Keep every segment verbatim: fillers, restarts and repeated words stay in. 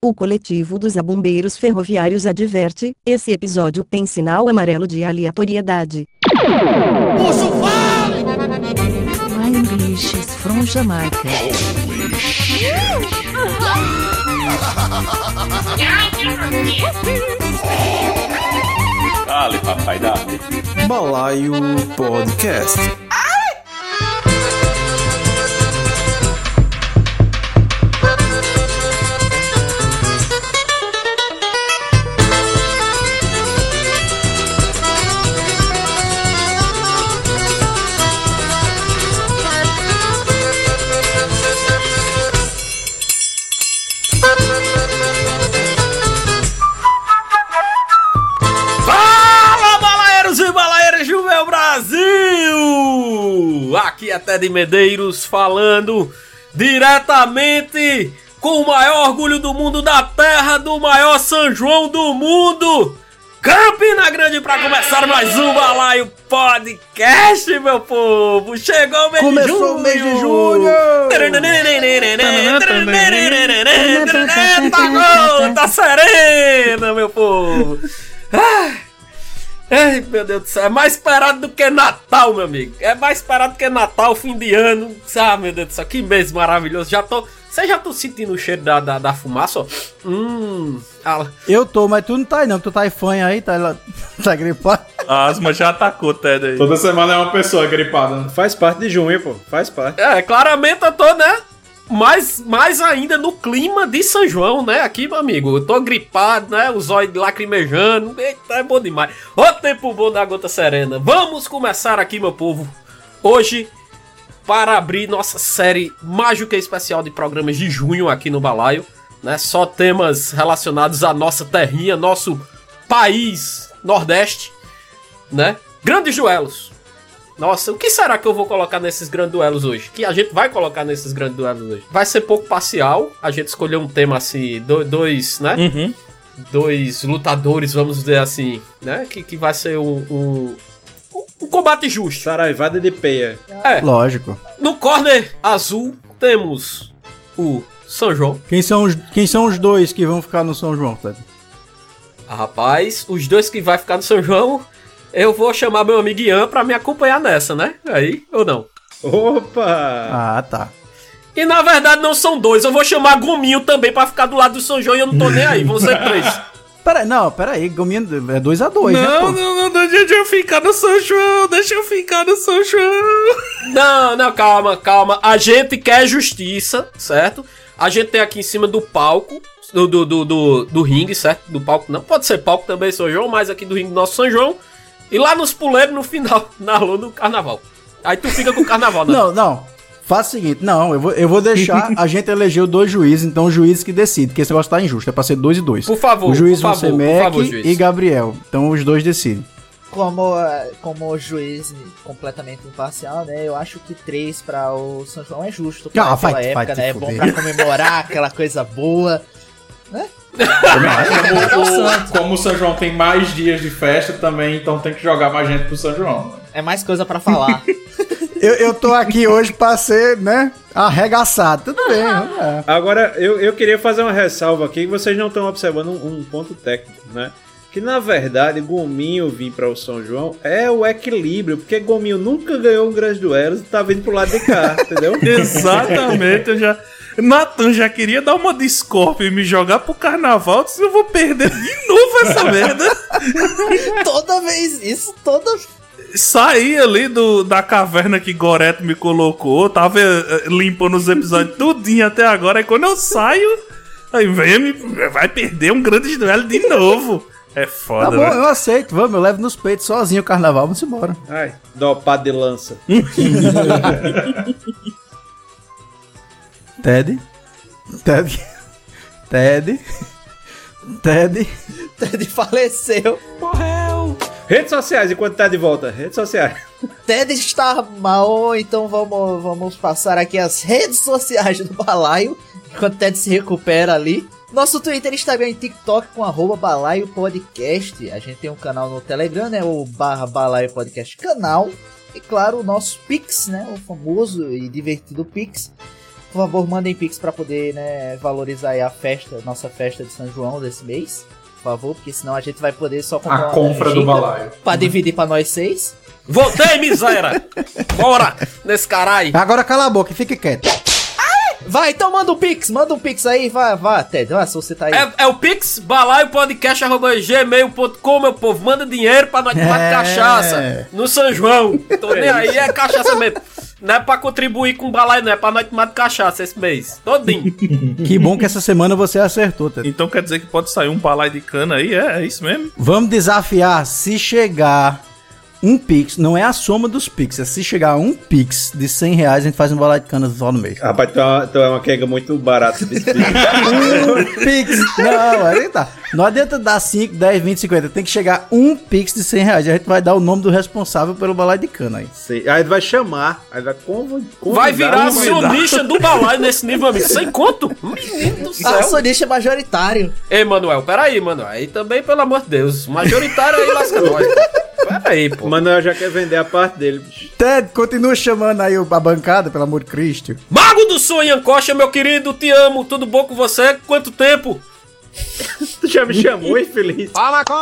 O coletivo dos abombeiros ferroviários adverte: esse episódio tem sinal amarelo de aleatoriedade. Moço, fale! My English is from Jamaica. Dale, papai, dale. Balaio Podcast. Aqui é Ted Medeiros falando diretamente com o maior orgulho do mundo, da terra do maior São João do mundo, Campina Grande, para começar mais um Balaio Podcast, meu povo. Chegou o mês Começou de junho. o mês de junho. Tá gota serena, meu povo. Ai, meu Deus do céu, é mais esperado do que Natal, meu amigo. É mais esperado do que Natal, fim de ano. Ah, meu Deus do céu, que mês maravilhoso. Já tô... Você já tô sentindo o cheiro da, da, da fumaça, ó? Hum... Ah. Eu tô, mas tu não tá aí não, tu tá aí fanha aí, tá, tá gripado. A asma já atacou, Ted aí. Toda semana é uma pessoa gripada, né? Faz parte de junho, pô, faz parte. É, claramente eu tô, né? Mais, mais ainda no clima de São João, né? Aqui, meu amigo, eu tô gripado, né? Os olhos lacrimejando. Eita, é bom demais. Ô tempo bom da gota serena. Vamos começar aqui, meu povo. Hoje, para abrir nossa série mágica especial de programas de junho aqui no Balaio, né? Só temas relacionados à nossa terrinha, nosso país Nordeste, né? Grandes duelos. Nossa, o que será que eu vou colocar nesses grandes duelos hoje? Que a gente vai colocar nesses grandes duelos hoje? Vai ser pouco parcial. A gente escolheu um tema assim, do, dois, né? Uhum. Dois lutadores, vamos dizer assim, né? Que, que vai ser um, um, um combate justo. Saraivada de peia. É. Lógico. No corner azul temos o São João. Quem são os, quem são os dois que vão ficar no São João, Ted? Ah, rapaz, os dois que vai ficar no São João... Eu vou chamar meu amigo Ian pra me acompanhar nessa, né? Aí, ou não? Opa! Ah, tá. E na verdade não são dois, eu vou chamar Gominho também pra ficar do lado do São João e eu não tô nem aí, vão ser três. Pera, não, pera aí, Gominho é dois a dois, né, pô? Não, não, não, deixa eu ficar no São João, deixa eu ficar no São João. Não, não, calma, calma. A gente quer justiça, certo? A gente tem aqui em cima do palco, do, do, do, do, do ringue, certo? Do palco, não pode ser palco também, São João, mas aqui do ringue do nosso São João. E lá nos puleiros, no final, na lua do carnaval. Aí tu fica com o carnaval, né? Não, não. Faz o seguinte, não, eu vou, eu vou deixar, a gente elegeu dois juízes, então os juízes que decidem, porque esse negócio tá injusto, é pra ser dois e dois. Por favor, os juízes por vão favor, ser por Mac favor, juiz. e Gabriel, então os dois decidem. Como, como juiz completamente imparcial, né? Eu acho que três pra o São João é justo. Pra Ah, aquela vai, época, vai te né? É fuder. bom pra comemorar aquela coisa boa, né? o, como o São João tem mais dias de festa também, então tem que jogar mais gente pro São João. Né? É mais coisa pra falar. eu, eu tô aqui hoje pra ser, né, arregaçado, tudo bem, vamos lá. Agora, eu, eu queria fazer uma ressalva aqui, que vocês não estão observando um, um ponto técnico, né? Que na verdade, Gominho vir para o São João é o equilíbrio, porque Gominho nunca ganhou um grande duelo e tá vindo pro lado de cá, entendeu? Exatamente, eu já... Natan já queria dar uma desculpa e me jogar pro carnaval, eu disse, eu vou perder de novo essa merda. Toda vez, isso toda Saí ali do, da caverna que Goreto me colocou, tava eh, limpando os episódios tudinho até agora, e quando eu saio, aí vem, me, vai perder um grande duelo de novo. É foda, Tá bom, véio. eu aceito, vamos, eu levo nos peitos sozinho o carnaval, vamos embora. Ai, dopado de lança. Ted? Ted? Ted? Ted? Ted faleceu. Redes sociais, enquanto tá de volta. Redes sociais. Ted está mal, então vamos, vamos passar aqui as redes sociais do Balaio, enquanto Ted se recupera ali. Nosso Twitter, Instagram e TikTok com arroba Balaio Podcast. A gente tem um canal no Telegram, né? O barra Balaio Podcast canal. E claro, o nosso Pix, né? O famoso e divertido Pix. Por favor, mandem pix pra poder, né, valorizar aí a festa, nossa festa de São João desse mês. Por favor, porque senão a gente vai poder só comprar A compra do balaio. Pra dividir pra nós seis. Voltei, miséria! Bora! Nesse caralho! Agora cala a boca e fique quieto. Vai, então manda um pix, manda um pix aí, vai, vai, Ted, vai, se você tá aí. É, é o pix, balaiopodcast arroba gmail ponto com, meu povo. Manda dinheiro pra nós tomar É. cachaça no São João. Tô nem aí, é cachaça mesmo. Não é pra contribuir com o balaio, não é pra nós tomar de cachaça esse mês. Todinho. Que bom que essa semana você acertou, Ted. Então quer dizer que pode sair um balaio de cana aí? É, é isso mesmo? Vamos desafiar, se chegar um pix, não é a soma dos pix, é se chegar a um pix de cem reais, a gente faz um balaio de cana só no mês. Rapaz, tu é uma, tu é uma quega muito barata desse bicho. Um pix, não, aí tá. Não adianta dar cinco, dez, vinte, cinquenta, tem que chegar um pix de cem reais, a gente vai dar o nome do responsável pelo balaio de cana aí. Sim. Aí vai chamar, aí vai conv- convidar. Vai virar um- acionista do balaio nesse nível, amigo. Sem conto? Menino do céu. Acionista majoritário. Ei, Manuel, peraí, Manuel. Aí também, pelo amor de Deus. Majoritário aí lasca nós. Peraí, pô. O Manuel já quer vender a parte dele, bicho. Ted, continua chamando aí a bancada, pelo amor de Cristo. Mago do Som, Ian Costa, meu querido, te amo. Tudo bom com você? Quanto tempo? Tu já me chamou, infeliz?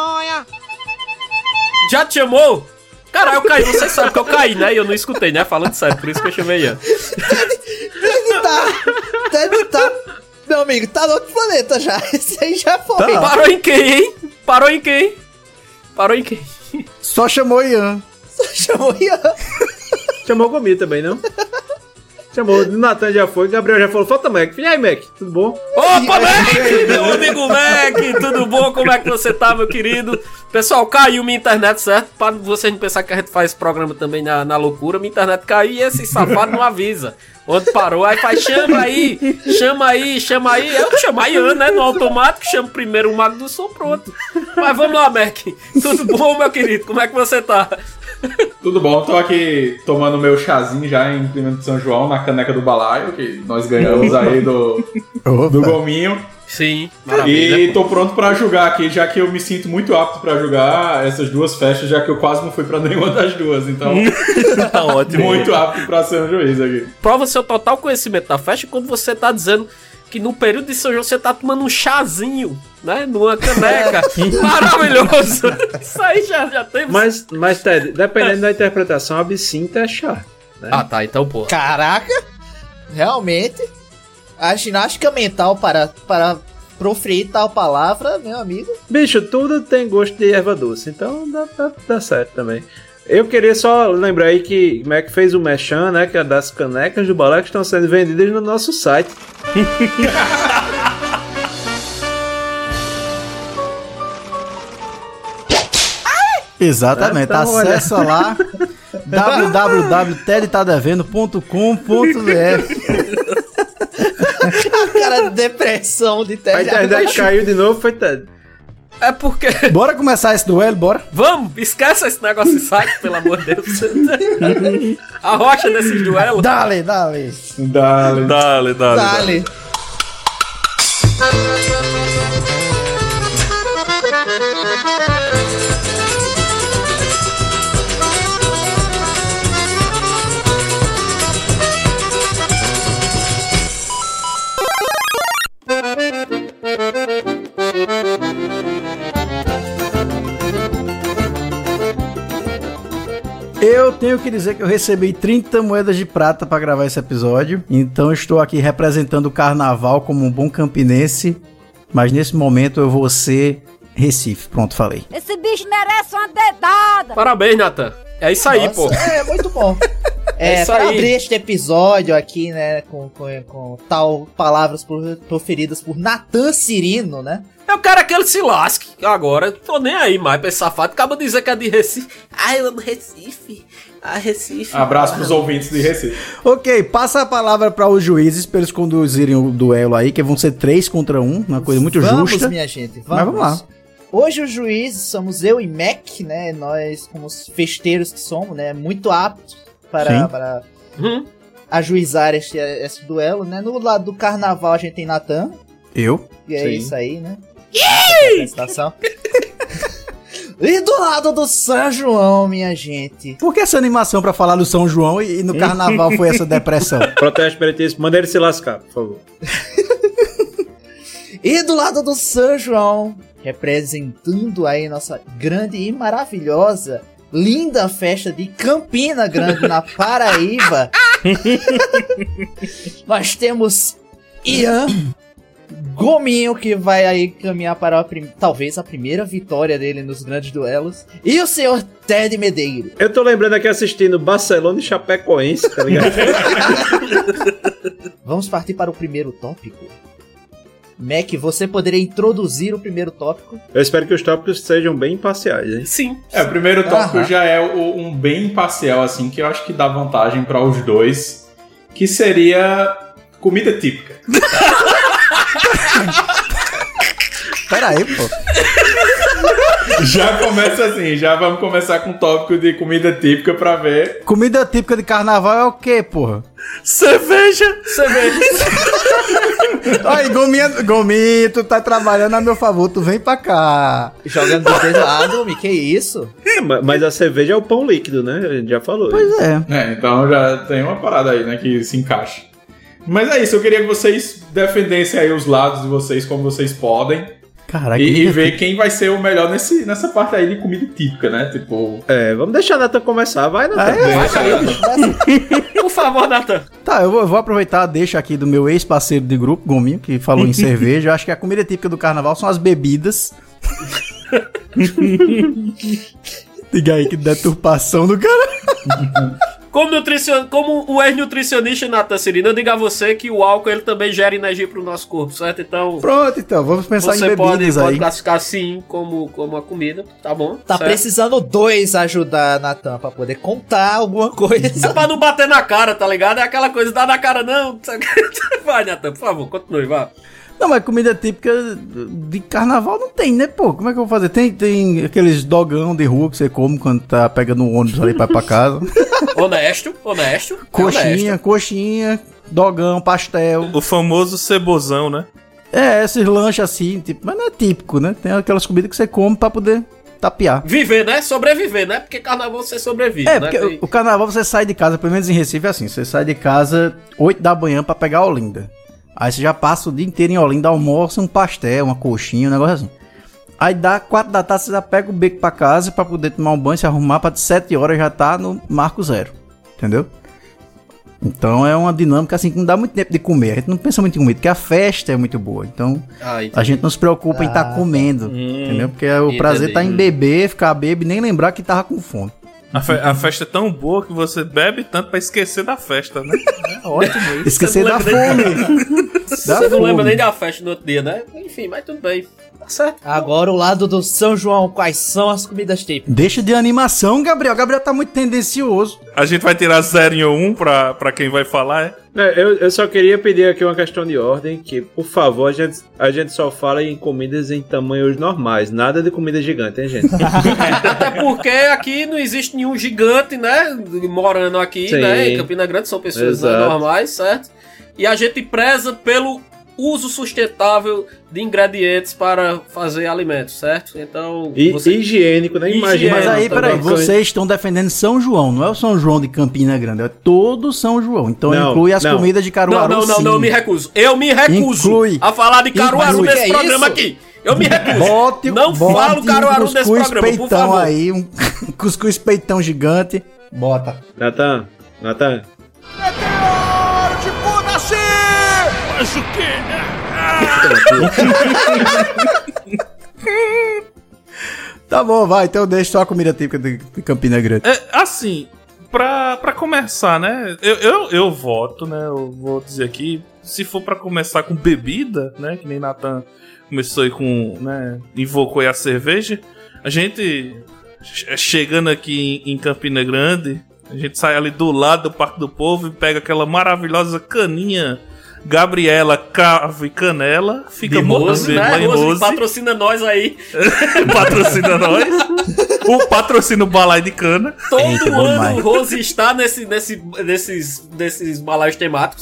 Já te chamou? Caralho, eu caí. Vocês sabem que eu caí, né? E eu não escutei, né? Falando sério, por isso que eu chamei Ian. Ted tá, Ted tá, meu amigo, tá no outro planeta já, esse aí já foi. Tá. Parou em quem, hein? Parou em quem? Parou em quem? Só chamou Ian. Chamou Ian. Chamou o Gomi também, não? Chamou, o Natan já foi, o Gabriel já falou, falta Mac. E aí, Mac, tudo bom? Opa, Mac! Meu amigo Mac, tudo bom? Como é que você tá, meu querido? Pessoal, caiu minha internet, certo? Para vocês não pensar que a gente faz esse programa também na, na loucura, minha internet caiu e esse safado não avisa. Onde parou, aí faz, chama aí, chama aí, chama aí. Eu chamo a Ian, né, no automático, chamo primeiro o Mago do Som, pronto. Mas vamos lá, Mac. Tudo bom, meu querido? Como é que você tá? Tudo bom, tô aqui tomando meu chazinho já em clima de São João, na caneca do balaio, que nós ganhamos aí do, do Gominho. Sim, maravilha. E tô pronto pra julgar aqui, já que eu me sinto muito apto pra julgar essas duas festas, já que eu quase não fui pra nenhuma das duas, então Tá ótimo. muito apto pra ser um juiz aqui. Prova seu total conhecimento da festa quando você tá dizendo que no período de São João você tá tomando um chazinho, né? Numa caneca. Maravilhoso. Isso aí já, já teve. Mas, mas Ted, dependendo da interpretação, absinto é chá. Né? Ah, tá, então, pô. Caraca, realmente, a ginástica mental para, para proferir tal palavra, meu amigo. Bicho, tudo tem gosto de erva doce, então dá, dá, dá certo também. Eu queria só lembrar aí que o Mac fez o Mechan, né? Que é das canecas do balé que estão sendo vendidas no nosso site. Exatamente, Então, olha. acessa lá w w w ponto ted tá devendo ponto com ponto b r. Cara, de depressão de A Ted. internet caiu de novo, foi Ted. É porque. Bora começar esse duelo, bora? Vamos, esquece esse negócio de site, pelo amor de Deus. A rocha desses duelos. Dale, dale. Dale. Dale, dale, dale. Dale. Eu tenho que dizer que eu recebi trinta moedas de prata pra gravar esse episódio, então estou aqui representando o carnaval como um bom campinense, mas nesse momento eu vou ser Recife. Pronto, falei. Esse bicho merece uma dedada. Parabéns, Nathan. É isso aí, Nossa, pô. É, muito bom. É É, isso para aí. abrir este episódio aqui, né, com, com, com tal palavras por- proferidas por Natan Cirino, né? Eu quero que ele se lasque. Agora, tô nem aí mais pra esse safado. Acaba de dizer que é de Recife. Ah, eu amo Recife. Ah, Recife. Abraço pros ouvintes de Recife. Ok, passa a palavra para os juízes para eles conduzirem o duelo aí, que vão ser três contra um, uma coisa muito vamos, justa. minha gente, vamos. Mas vamos lá. Hoje os juízes somos eu e Mac, né? Nós, como os festeiros que somos, né? Muito aptos para, Sim. para Hum? ajuizar este, esse duelo, né? No lado do carnaval a gente tem Natan. Eu? E é Sim. isso aí, né? Essa apresentação. E do lado do São João, minha gente. Por que essa animação pra falar do São João e, e no carnaval foi essa depressão? Protesto peretíssimo, manda ele se lascar, por favor. E do lado do São João, representando aí nossa grande e maravilhosa, linda festa de Campina Grande, na Paraíba, nós temos Ian Gominho, que vai aí caminhar para a prim- talvez a primeira vitória dele nos grandes duelos, e o senhor Ted Medeiros. Eu tô lembrando aqui assistindo Barcelona e Chapecoense, tá ligado? Vamos partir para o primeiro tópico. Mac, você poderia introduzir o primeiro tópico? Eu espero que os tópicos sejam bem imparciais, hein? Sim. É, o primeiro tópico Aham. já é o- um bem imparcial, assim, que eu acho que dá vantagem para os dois, que seria comida típica. Pera aí, pô. Já começa assim, já vamos começar com o tópico de comida típica pra ver. Comida típica de carnaval é o quê, porra? Cerveja! Cerveja. Aí, Gominho, Gominho, tu tá trabalhando a meu favor, tu vem pra cá. Jogando do dedo lado, que isso? É, ma- mas a cerveja é o pão líquido, né? A gente já falou. Pois é. É, então já tem uma parada aí, né, que se encaixa. Mas é isso, eu queria que vocês defendessem aí os lados de vocês como vocês podem. Caraca, E, e comida ver quem vai ser o melhor nesse, nessa parte aí de comida típica, né? Tipo. É, vamos deixar a Nathan começar. Vai, Nathan. Ah, é? Vai, cara. Por favor, Nathan. Tá, eu vou, eu vou aproveitar a deixa aqui do meu ex-parceiro de grupo, Gominho, que falou em cerveja. Eu acho que a comida típica do carnaval são as bebidas. Diga aí que deturpação do cara. Como, nutricion... Como o ex-nutricionista Nathan Cirino, eu digo a você que o álcool ele também gera energia pro nosso corpo, certo? Então, Pronto, então, vamos pensar em você pode, bebidas pode aí. classificar assim como, como a comida, tá bom? Tá certo? precisando dois ajudar Natan pra poder contar alguma É coisa. pra não bater na cara, tá ligado? É aquela coisa, dá na cara não. Vai, Nathan, por favor, continue, vá. Não, mas comida típica de carnaval não tem, né, pô? Como é que eu vou fazer? Tem, tem aqueles dogão de rua que você come quando tá pegando um ônibus ali pra ir pra casa. Honesto, honesto. é Coxinha, honesto. coxinha, dogão, pastel. O famoso cebozão, né? É, esses lanches assim, tipo, mas não é típico, né? Tem aquelas comidas que você come pra poder tapear. Viver, né? Sobreviver, né? Porque carnaval você sobrevive, É, né? porque Tem- o, o carnaval você sai de casa, pelo menos em Recife é assim, você sai de casa oito da manhã pra pegar a Olinda. Aí você já passa o dia inteiro em Olinda, almoça um pastel, uma coxinha, um negócio assim. Aí dá quatro da tarde, você já pega o beco pra casa pra poder tomar um banho, se arrumar pra sete horas já tá no marco zero. Entendeu? Então é uma dinâmica assim que não dá muito tempo de comer. A gente não pensa muito em comida, porque a festa é muito boua. Então Ah, entendi. a gente não se preocupa em estar Ah, comendo. Hum, Entendeu? Porque o entendi. prazer tá em beber, ficar bêbado e nem lembrar que tava com fome. A, fe- a festa é tão boa que você bebe tanto pra esquecer da festa, né? É ótimo isso. Esquecer não da lembra fome. Você Da não fome. lembra nem da festa no outro dia, né? Enfim, mas tudo bem. Tá certo. Agora o lado do São João, quais são as comidas típicas? Deixa de animação, Gabriel. Gabriel tá muito tendencioso. A gente vai tirar zero e um pra, pra quem vai falar, é? É, eu, eu só queria pedir aqui uma questão de ordem, que, por favor, a gente, a gente só fala em comidas em tamanhos normais, nada de comida gigante, hein, gente? Até porque aqui não existe nenhum gigante, né? Morando aqui, Sim. né? Em Campina Grande são pessoas né, Exato. normais, certo? E a gente preza pelo uso sustentável de ingredientes para fazer alimentos, certo? Então, E você... higiênico, né? Imagina. Higiênico. Mas aí, também. peraí, vocês estão defendendo São João, não é o São João de Campina Grande, é todo São João. Então Não, inclui as não. comidas de Não, Caruaru, não, não, sim. não, eu me recuso. Eu me recuso Inclui. a falar de Caruaru Inclui. nesse Que é programa isso? aqui. Eu me recuso. Bote, Não bote falo Caruaru um nesse cuscuz programa, por peitão favor. aí, um cuscuz peitão gigante. Bota. Natan, Natan. Mas o quê? Tá bom, vai, então deixa só a comida típica de, de Campina Grande. É, assim, pra, pra começar, né? Eu, eu, eu voto, né? Eu vou dizer aqui, se for pra começar com bebida, né? Que nem Nathan começou aí com, né? Invocou aí a cerveja. A gente, che- chegando aqui em, em Campina Grande, a gente sai ali do lado do Parque do Povo e pega aquela maravilhosa caninha Gabriela Cravo e Canela. Fica De Rose, morrendo né? lá em Rose, Rose. patrocina nós aí. Patrocina nós. O patrocina o Balai de Cana. Todo Eita, bom ano demais. o Rose está nesse, nesse, nesses, nesses balaios temáticos.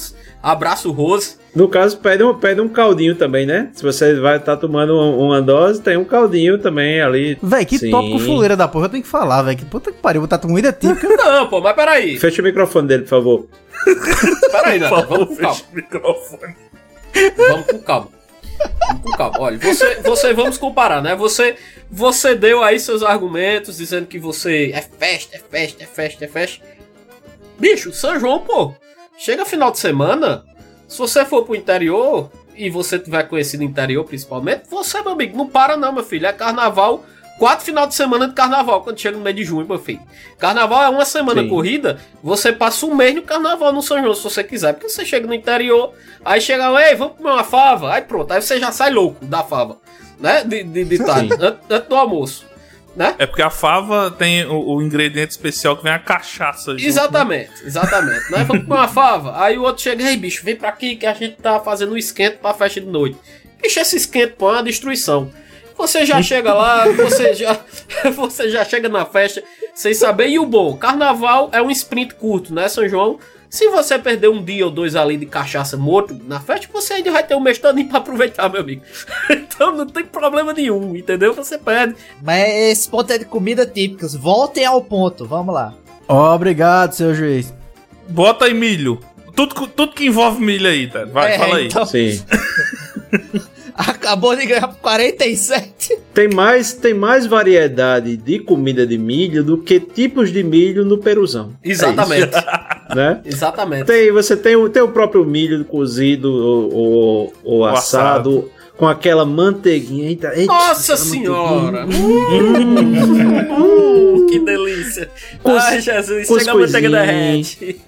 Abraço, Rose. No caso, pede um, pede um caldinho também, né? Se você vai estar tá tomando uma dose, tem um caldinho também ali. Véi, que Sim. tópico fuleira da porra, eu tenho que falar, véi. Que puta que pariu, vou estar com comida típica. Não, pô, mas peraí. Fecha o microfone dele, por favor. Peraí, Natan, Por vamos favor, com calma. fecha o microfone. Vamos com calma. Vamos com calma. Olha, você, você vamos comparar, né? Você, você deu aí seus argumentos dizendo que você é festa, é festa, é festa, é festa. Bicho, São João, pô. Chega final de semana, se você for pro interior e você tiver conhecido o interior principalmente, você, meu amigo, não para não, meu filho. É carnaval, quatro final de semana de carnaval quando chega no mês de junho, meu filho. Carnaval é uma semana Sim. corrida, você passa um mês no carnaval no São João, se você quiser. Porque você chega no interior, aí chega, ei, vamos comer uma fava, aí pronto, aí você já sai louco da fava, né? De, de, de tarde, antes, antes do almoço, né? É porque a fava tem o, o ingrediente especial que vem a cachaça junto, Exatamente, né? exatamente. Né? Vamos comer uma fava. Aí o outro chega, ei bicho, vem pra aqui que a gente tá fazendo um esquento pra festa de noite. Bicho, esse esquento pô, é uma destruição. Você já chega lá, você já, você já chega na festa sem saber. E o bom, carnaval é um sprint curto, né, São João? Se você perder um dia ou dois ali de cachaça morto na festa, você ainda vai ter um mês todinho pra aproveitar, meu amigo. Então não tem problema nenhum, entendeu? Você perde. Mas esse ponto é de comida típicas. Voltem ao ponto, vamos lá. Obrigado, seu juiz. Bota aí milho. Tudo, tudo que envolve milho aí, tá? Vai, É, fala aí. então- Sim. Acabou de ganhar por quarenta e sete. Tem mais, tem mais variedade de comida de milho do que tipos de milho no Peruzão. Exatamente. É isso, né? Exatamente. Tem, você tem, o- tem o próprio milho cozido ou, ou, ou assado, assado. com aquela manteiguinha. Eita, eita, Nossa aquela senhora! manteiguinha. Hum, que delícia! Cus- Ai, Jesus, chega a manteiga cuscuzinho. derrete.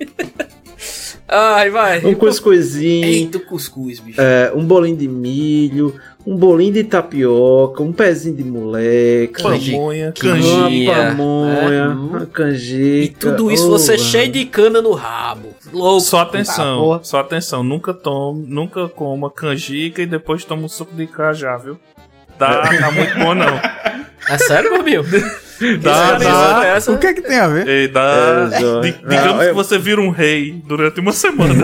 Ai, vai. Um cuscuzinho. Eita, o cuscuz, bicho. É, um bolinho de milho, um bolinho de tapioca, um pezinho de moleque, Pamonha, canjica. uma canjinha, pamonha, né? uma canjica. E tudo isso oh, você mano. cheio de cana no rabo. Louco. Só Ah, atenção, porra. só atenção. Nunca tome, nunca coma canjica e depois toma um suco de cajá, viu? Dá, tá muito bom não. É sério, meu amigo? Dá, Que dá. é essa? O que é que tem a ver? Ei, dá. É, só- Di- Não, digamos eu- que você vira um rei durante uma semana.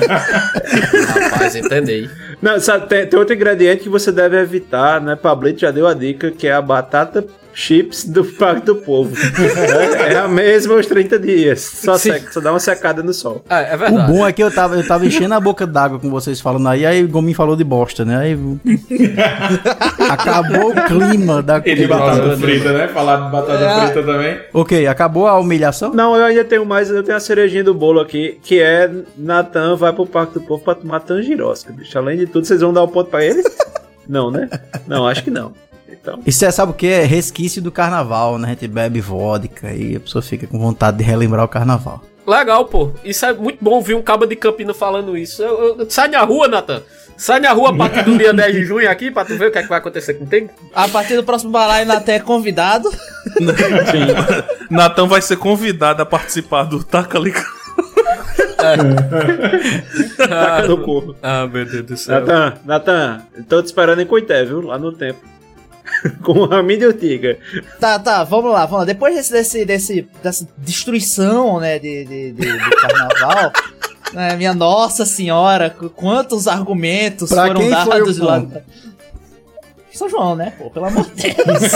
Rapaz, entendi. Não, sabe, tem, tem outro ingrediente que você deve evitar, né? Pablito já deu a dica, que é a batata chips do Parque do Povo. É a mesma aos trinta dias. Só, seca, só dá uma secada no sol. É, é O verdade. bom é que eu tava, eu tava enchendo a boca d'água com vocês falando aí, aí o Gominho falou de bosta, né? Aí acabou o clima da E de batata comida. frita, né? Falar de batata É. frita também. Ok, acabou a humilhação? Não, eu ainda tenho mais, eu tenho a cerejinha do bolo aqui, que é Natan vai pro Parque do Povo pra tomar tangirosca, bicho. Além de tudo, vocês vão dar um ponto pra ele? Não, né? Não, acho que não. Então, Isso é, sabe o que? É resquício do carnaval, né? A gente bebe vodka e a pessoa fica com vontade de relembrar o carnaval. Legal, pô. Isso é muito bom ouvir um cabo de Campina falando isso. Eu, eu- sai na rua, Natan. Sai na rua a partir do dia dez de junho aqui pra tu ver o que, é que vai acontecer contigo. A partir do próximo balaio, Natan é convidado. Natan vai ser convidado a participar do Taca ali. taca no corpo. Ah, meu Deus do céu. Natan, Natan, tô te esperando em Coité, viu? Lá no tempo. Com o Ramin de Ortiga. Tá, tá, vamos lá, vamos lá. Depois desse, desse, desse, dessa destruição, né, de, de, de, de carnaval, né, minha nossa senhora, qu- quantos argumentos Pra foram quem foi dados o de lá. ponto? São João, né, pô, pelo amor de Deus.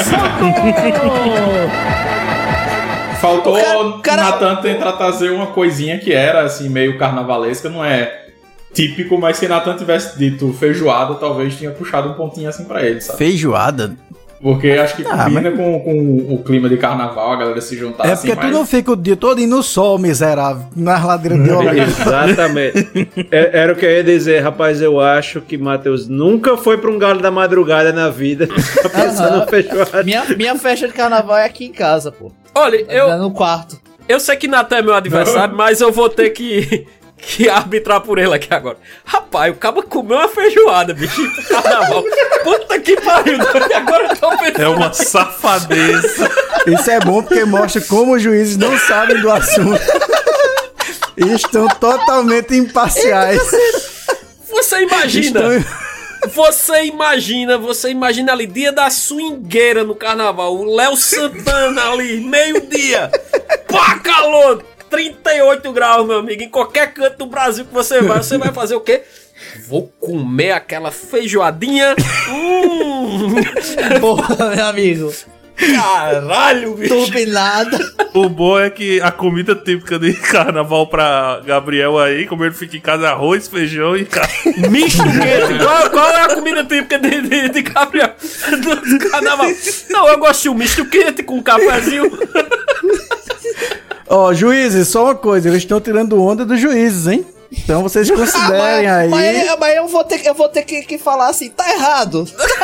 Faltou O cara- o cara- Natan tentar trazer uma coisinha que era assim, meio carnavalesca, não é típico, mas se Natan tivesse dito feijoada, talvez tinha puxado um pontinho assim pra ele, sabe? Feijoada? Porque acho que Ah, combina com, com o clima de carnaval, a galera se juntar É assim, porque tu mas... não fica o dia todo no sol, miserável, nas ladeiras de Olinda. Exatamente. É- Era o que eu ia dizer, rapaz. Eu acho que Matheus nunca foi pra um galo da madrugada na vida. Tá pensando Aham. no feijoada. minha, minha festa de carnaval é aqui em casa, pô. Olha, Eu... eu, No quarto. eu sei que Natan é meu adversário, mas eu vou ter que, que arbitrar por ele aqui agora. Rapaz, o cabo comeu uma feijoada, bicho, no carnaval. Puta que pariu, agora eu tô pensando. É uma safadeza. Isso é bom porque mostra como os juízes não sabem do assunto. E estão totalmente imparciais. Você imagina, Estão... você imagina, você imagina ali, dia da swingueira no carnaval, o Léo Santana ali, meio-dia, pá, calor, trinta e oito graus, meu amigo. Em qualquer canto do Brasil que você vai, você vai fazer o quê? Vou comer aquela feijoadinha. Hum. Porra, meu amigo. Caralho, bicho. Turbinada. O bom é que a comida típica de carnaval pra Gabriel aí, como ele fica em casa, é arroz, feijão e carne. Misto quente. Qual, qual é a comida típica de, de, de Gabriel do carnaval? Não, eu gosto de um misto quente com um cafezinho. Ó, oh, juízes, só uma coisa, eles estão tirando onda dos juízes, hein? Então vocês considerem ah, mas, aí. Mas, mas eu vou ter, eu vou ter que, que falar assim, tá errado.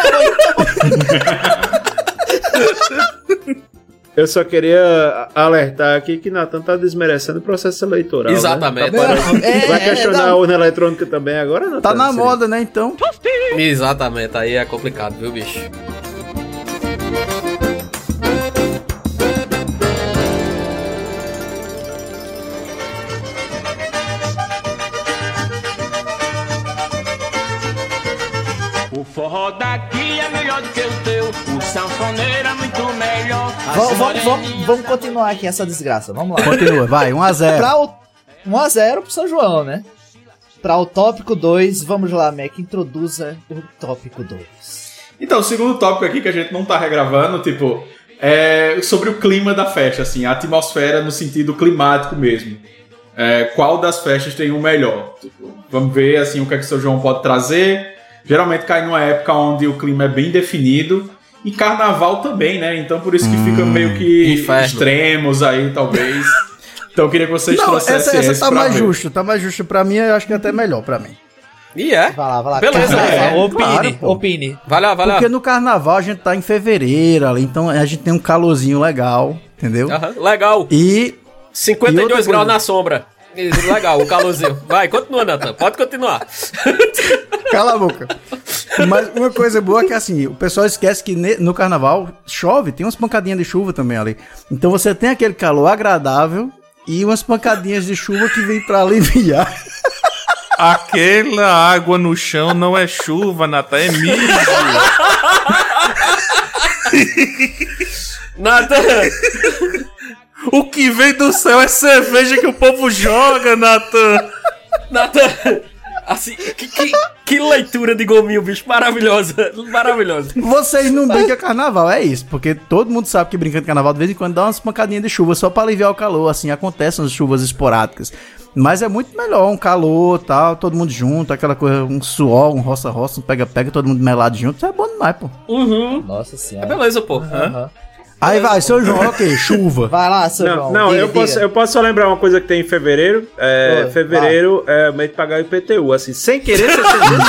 Eu só queria alertar aqui que Natan tá desmerecendo o processo eleitoral. Exatamente. Né? Tá para... é, Vai questionar é, a urna eletrônica também agora, Natan? Tá na moda, né, então? Exatamente, aí é complicado, viu, bicho? O forró daqui é melhor do que o teu, o sanfoneiro é muito melhor. Vamos, vamos, vamos, vamos continuar aqui essa desgraça, vamos lá. Continua, vai, um a zero. Pra o um a zero pro São João, né? Pra o tópico dois, vamos lá, Mac, introduza o tópico dois. Então, o segundo tópico aqui que a gente não tá regravando, tipo, é sobre o clima da festa, assim, a atmosfera no sentido climático mesmo. É, qual das festas tem o melhor? Tipo, vamos ver, assim, o que é que o São João pode trazer. Geralmente cai numa época onde o clima é bem definido. E carnaval também, né? Então por isso que hum, fica meio que inferno. Extremos aí, talvez. Então eu queria que vocês não, trouxessem essa, essa esse tá mais ver. justo, tá mais justo pra mim, eu acho que é até melhor pra mim. E é? Vai lá, vai lá. Beleza, é, é, opine, claro, opine. Vai lá, vai lá. Porque no carnaval a gente tá em fevereiro ali, então a gente tem um calorzinho legal, entendeu? Uhum, legal. E... cinquenta e dois graus na sombra. Legal, o calorzinho. Vai, continua, Natan. Pode continuar. Cala a boca. Mas uma coisa boa é que assim, o pessoal esquece que no carnaval chove, tem umas pancadinhas de chuva também ali. Então você tem aquele calor agradável e umas pancadinhas de chuva que vem pra aliviar. Aquela água no chão não é chuva, Natan, é mijo. Natan... O que vem do céu é cerveja que o povo joga, Natan. Natan, assim, que, que, que leitura de gominho, bicho, maravilhosa, maravilhosa. Vocês não brincam carnaval, é isso, porque todo mundo sabe que brincando carnaval de vez em quando dá umas pancadinhas de chuva só pra aliviar o calor, assim, acontecem as chuvas esporádicas. Mas é muito melhor, um calor, tal, todo mundo junto, aquela coisa, um suor, um roça-roça, um pega-pega, todo mundo melado junto, isso é bom demais, pô. Uhum. Nossa senhora. É beleza, pô. Uhum. Uhum. Aí vai, São João, ok, chuva. Vai lá, São não, João. Não, diga, eu, diga. Posso, eu posso só lembrar uma coisa que tem em fevereiro. É, Oi, fevereiro vai. É mês de pagar o I P T U, assim, sem querer ser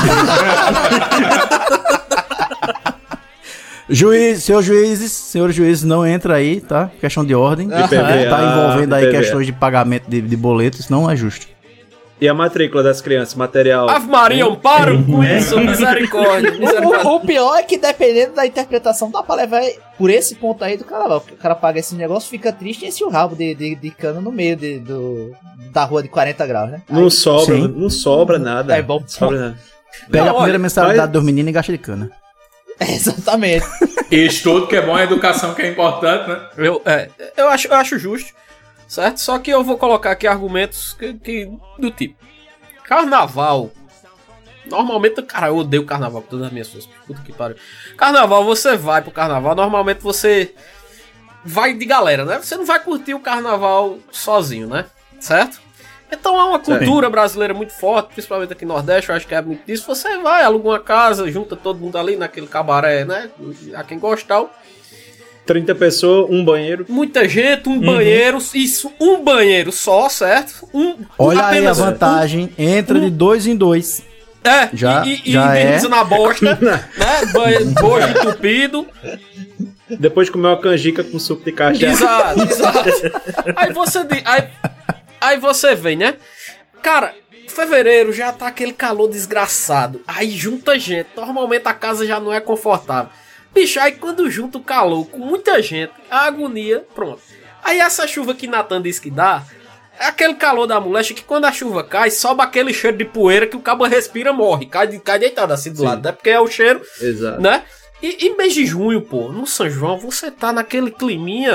Juiz, senhor juízes, senhores juízes, não entra aí, tá? Questão de ordem. I P V A, tá envolvendo aí I P V A. questões de pagamento de, de boletos, não é justo. E a matrícula das crianças, material. Ave Maria, amparo com isso, misericórdia. misericórdia. O, o pior é que dependendo da interpretação, dá pra levar por esse ponto aí do carnaval. O cara paga esse negócio, fica triste e esse o rabo de, de, de cana no meio de, do, da rua de quarenta graus, né? Não aí, sobra, sim. não sobra nada. É bom. Não sobra nada. Pega Não, a primeira olha, mensalidade mas... dos meninos e gasta de cana. É, exatamente. E estudo que é bom, a educação que é importante, né? Eu, é, eu, acho, eu acho justo, certo? Só que eu vou colocar aqui argumentos que, que, do tipo: carnaval. Normalmente, cara, eu odeio carnaval com todas as minhas forças. Puta que pariu. Carnaval, você vai pro carnaval, normalmente você vai de galera, né? Você não vai curtir o carnaval sozinho, né? Certo? Então é uma cultura brasileira muito forte, principalmente aqui no Nordeste, eu acho que é muito disso. Você vai, aluga uma casa, junta todo mundo ali naquele cabaré, né? A quem gostar. trinta pessoas, um banheiro. Muita gente, um uhum. banheiro, isso, um banheiro só, certo? Um, Olha aí a vantagem, um, entra um, de dois em dois. É, já, e, e, já e é. na bosta, né? Banheiro, bojo entupido. Depois comer uma canjica com suco de cachaça. Exato, exato. Aí você, aí, aí você vem, né? Cara, fevereiro já tá aquele calor desgraçado. Aí junta gente, normalmente a casa já não é confortável. Bicho, aí quando junta o calor com muita gente, a agonia, pronto. Aí essa chuva que Natan disse que dá, é aquele calor da molecha que quando a chuva cai, sobe aquele cheiro de poeira que o cabo respira, morre. Cai, cai deitado assim do Sim. lado, né? Porque é o cheiro, Exato. né? E, e mês de junho, pô, no São João, você tá naquele climinha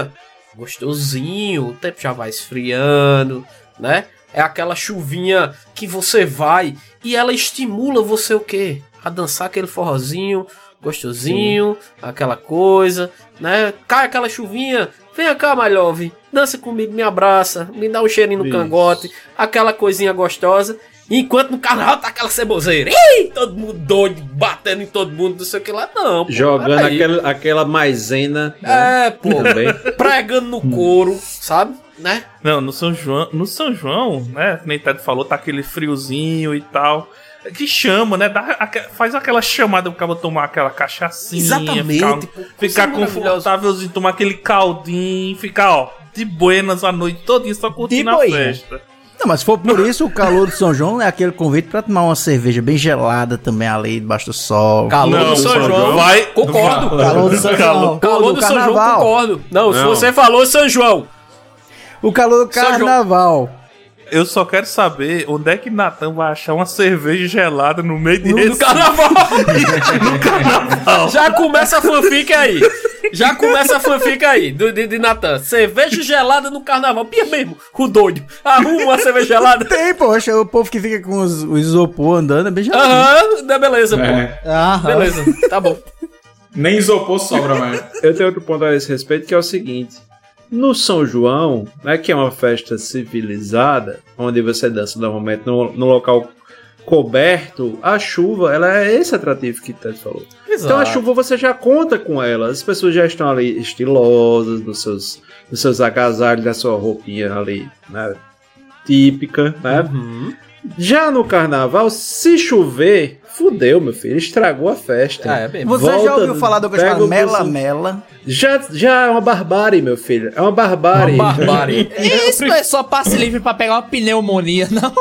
gostosinho, o tempo já vai esfriando, né? É aquela chuvinha que você vai e ela estimula você o quê? A dançar aquele forrozinho gostosinho, sim, aquela coisa, né? Cai aquela chuvinha, vem cá, my love, dança comigo, me abraça, me dá um cheirinho no Isso. cangote, aquela coisinha gostosa. Enquanto no carnaval tá aquela ceboseira, ih, todo mundo doido, batendo em todo mundo, não sei o que lá, não. Pô, jogando aquela, aquela maisena. Né? É, pô, pregando no couro, sabe? Né? Não, no São João, no São João, né? Nem Ted falou, tá aquele friozinho e tal. Que chama, né? Dá, faz aquela chamada pro cara tomar aquela cachaçinha. Exatamente. Ficar, pô, ficar confortávelzinho, tomar aquele caldinho, ficar, ó, de buenas a noite todinha, só curtindo a festa. Não, mas se for por isso, o calor do São João é aquele convite pra tomar uma cerveja bem gelada também ali, debaixo do sol. Calor não, do São, São João. João. Vai, concordo. Calor do São João. Calor do São João, concordo. Não, não, se você falou São João. O calor do carnaval. Eu só quero saber onde é que Natan vai achar uma cerveja gelada no meio de no, Recife. No carnaval. No carnaval. Já começa a fanfic aí. Já começa a fanfic aí, do, de, de Natan. Cerveja gelada no carnaval. Pia mesmo, o doido. Arruma uma cerveja gelada. Tem, poxa, o povo que fica com os, o isopor andando é bem gelado. Aham, uhum, beleza, pô. É. Aham. Beleza, tá bom. Nem isopor sobra mais. Eu tenho outro ponto a esse respeito, que é o seguinte. No São João, né, que é uma festa civilizada, onde você dança normalmente no, no local coberto, a chuva, ela é esse atrativo que o Ted falou. Exato. Então a chuva você já conta com ela, as pessoas já estão ali estilosas, nos seus, nos seus agasalhos, da sua roupinha ali, né, típica, né? Uhum. Já no carnaval, se chover, fudeu, meu filho, estragou a festa. Ah, é bem. Você Volta, já ouviu falar do que chama Mela Mela? Já, já é uma barbárie, meu filho. É uma barbárie. Uma barbárie. Isso não é só passe livre pra pegar uma pneumonia, não?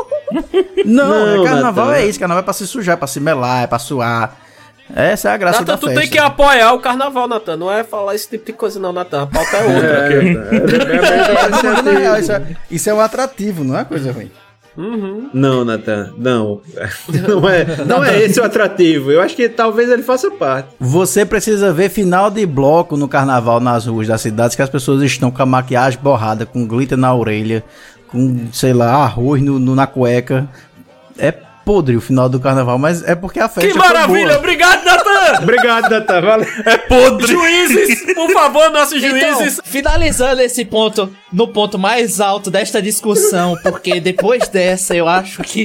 Não, Não, é carnaval Natan. é isso. Carnaval é pra se sujar, é pra se melar, é pra suar. Essa é a graça Natan, da tu festa. tem que apoiar o carnaval, Natan. Não é falar esse tipo de coisa, não, Natan. A pauta é outra. É, na real, isso, é, isso é um atrativo, não é coisa ruim. Uhum. Não, Natan, não. Não é, não é esse o atrativo. Eu acho que talvez ele faça parte. Você precisa ver final de bloco no carnaval nas ruas das cidades, que as pessoas estão com a maquiagem borrada, com glitter na orelha, com, sei lá, arroz no, no, na cueca. É podre o final do carnaval, mas é porque a festa Que maravilha! Obrigado, Natan! Obrigado, Natan. Valeu. É podre! Juízes, por favor, nossos juízes! Então, finalizando esse ponto, no ponto mais alto desta discussão, porque depois dessa eu acho que...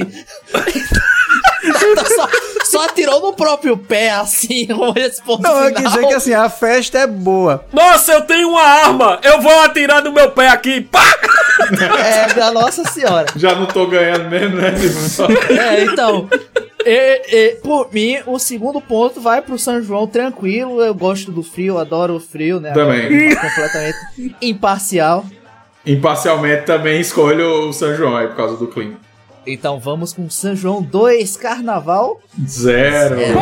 só, só atirou no próprio pé, assim, esse ponto Não, final. eu quis dizer que assim, a festa é boa. Nossa, eu tenho uma arma! Eu vou atirar no meu pé aqui! Pá! É, da Nossa Senhora. Já não tô ganhando mesmo, né? É, então... E, e, por mim, o segundo ponto vai pro São João tranquilo. Eu gosto do frio, adoro o frio, né? Também. Agora, completamente imparcial. Imparcialmente também escolho o São João aí por causa do clima. Então vamos com São João dois, Carnaval. Zero. Zero.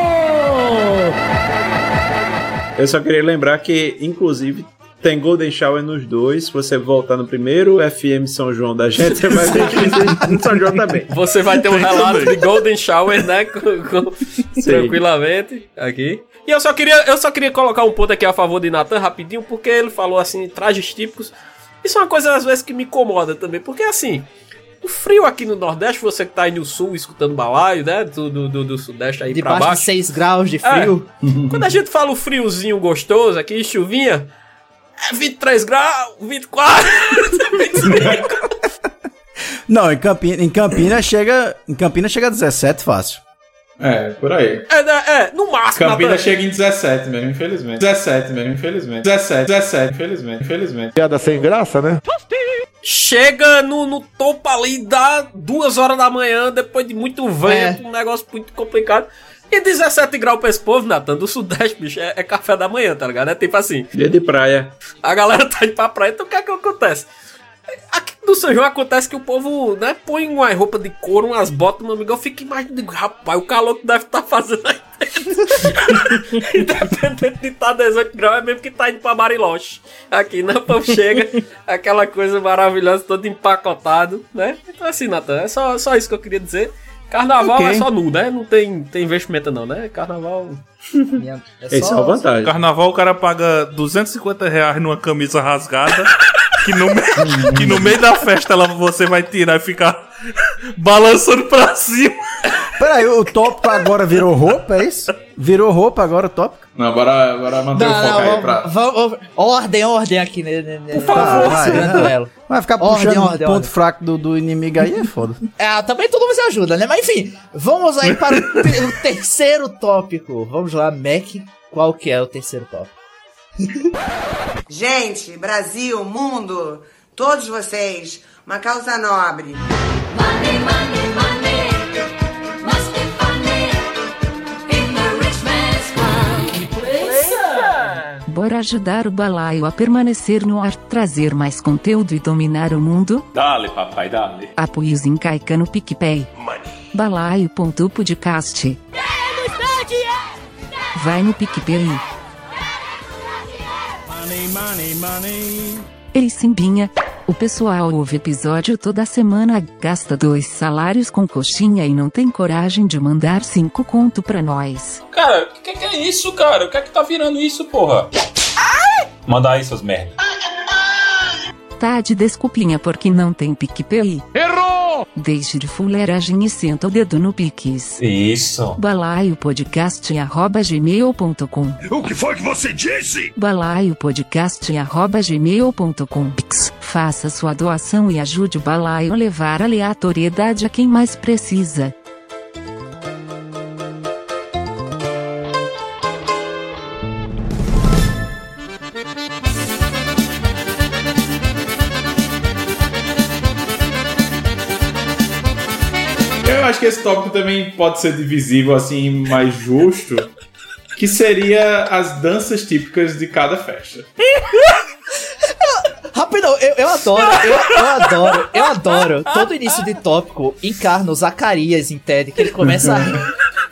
Eu só queria lembrar que, inclusive, tem Golden Shower nos dois. Se você voltar no primeiro F M São João da gente, você vai ver no São João também. Você vai ter um relato de Golden Shower, né? Com, com, tranquilamente aqui. E eu só, queria, eu só queria colocar um ponto aqui a favor de Natan rapidinho, porque ele falou assim, trajes típicos. Isso é uma coisa às vezes que me incomoda também, porque assim, o frio aqui no Nordeste, você que tá aí no Sul escutando balaio, né? Do, do, do, do Sudeste aí pra baixo. Debaixo de seis graus de frio. É, quando a gente fala o friozinho gostoso aqui, chuvinha, é vinte e três graus, vinte e quatro, vinte e cinco. Não, em Campinas, em Campinas chega, em Campinas chega a dezessete fácil. É, por aí. É, é, no máximo. Campinas Natan. chega em dezessete mesmo, infelizmente. dezessete mesmo, infelizmente. dezessete, dezessete, infelizmente, infelizmente. Piada sem graça, né? Chega no, no topo ali, dá duas horas da manhã, depois de muito vento, é. um negócio muito complicado. E dezessete graus pra esse povo, Natan, do Sudeste, bicho, é, é café da manhã, tá ligado? É tipo assim. Dia de praia. A galera tá indo pra praia, então o que é que acontece? Aqui no São João acontece que o povo, né, põe uma roupa de couro, umas botas, meu amigo, eu fico imaginando, rapaz, o calor que deve estar tá fazendo aí dentro. Independente de estar dezoito graus, é mesmo que tá indo pra Bariloche. Aqui, né, o povo chega, aquela coisa maravilhosa, todo empacotado, né? Então assim, Natan, é só, só isso que eu queria dizer. Carnaval Ok. é só nu, né? Não tem, tem investimento não, né? Carnaval... É Essa é a vantagem. Carnaval o cara paga duzentos e cinquenta reais numa camisa rasgada, que no, me... que no meio da festa ela, você vai tirar e ficar balançando pra cima. Peraí, o tópico agora virou roupa, é isso? Virou roupa agora o tópico? Não, bora, bora manter Não, o foco não, aí vamos, pra... vamos- vamos- ordem, ordem aqui, né? né, né Por favor, vai, nesse né? duelo. Vai ficar Ordem, puxando ordem, ponto ordem. fraco do, do inimigo aí, é foda. É, também todo mundo se ajuda, né? Mas enfim, vamos aí para o, te- o terceiro tópico. Vamos lá, Mac, qual que é o terceiro tópico? Gente, Brasil, mundo, todos vocês, uma causa nobre. Money, money, money. Must be funny. In the rich man's world. Bora ajudar o Balaio a permanecer no ar, trazer mais conteúdo e dominar o mundo? Dale, papai, dale. Apoios em Caica no PicPay. balaio ponto podcast. Vai no PicPay. Money, money, money. Ei, Simbinha. O pessoal ouve episódio toda semana, gasta dois salários com coxinha e não tem coragem de mandar cinco conto pra nós. Cara, o que, que é isso, cara? O que é que tá virando isso, porra? Manda aí, seus merda. Tá de desculpinha porque não tem PicPay. Errou! Deixe de fuleiragem e senta o dedo no Pix. Isso. balaio podcast arroba gmail ponto com. O que foi que você disse? balaio podcast arroba gmail ponto com. Pix. Faça sua doação e ajude o Balaio a levar aleatoriedade a quem mais precisa. Eu acho que esse tópico também pode ser divisível, assim, mais justo, que seria as danças típicas de cada festa. Rapidão, eu, eu adoro, eu, eu adoro, eu adoro. Todo início de tópico encarna o Zacarias em Ted, que ele começa a rir.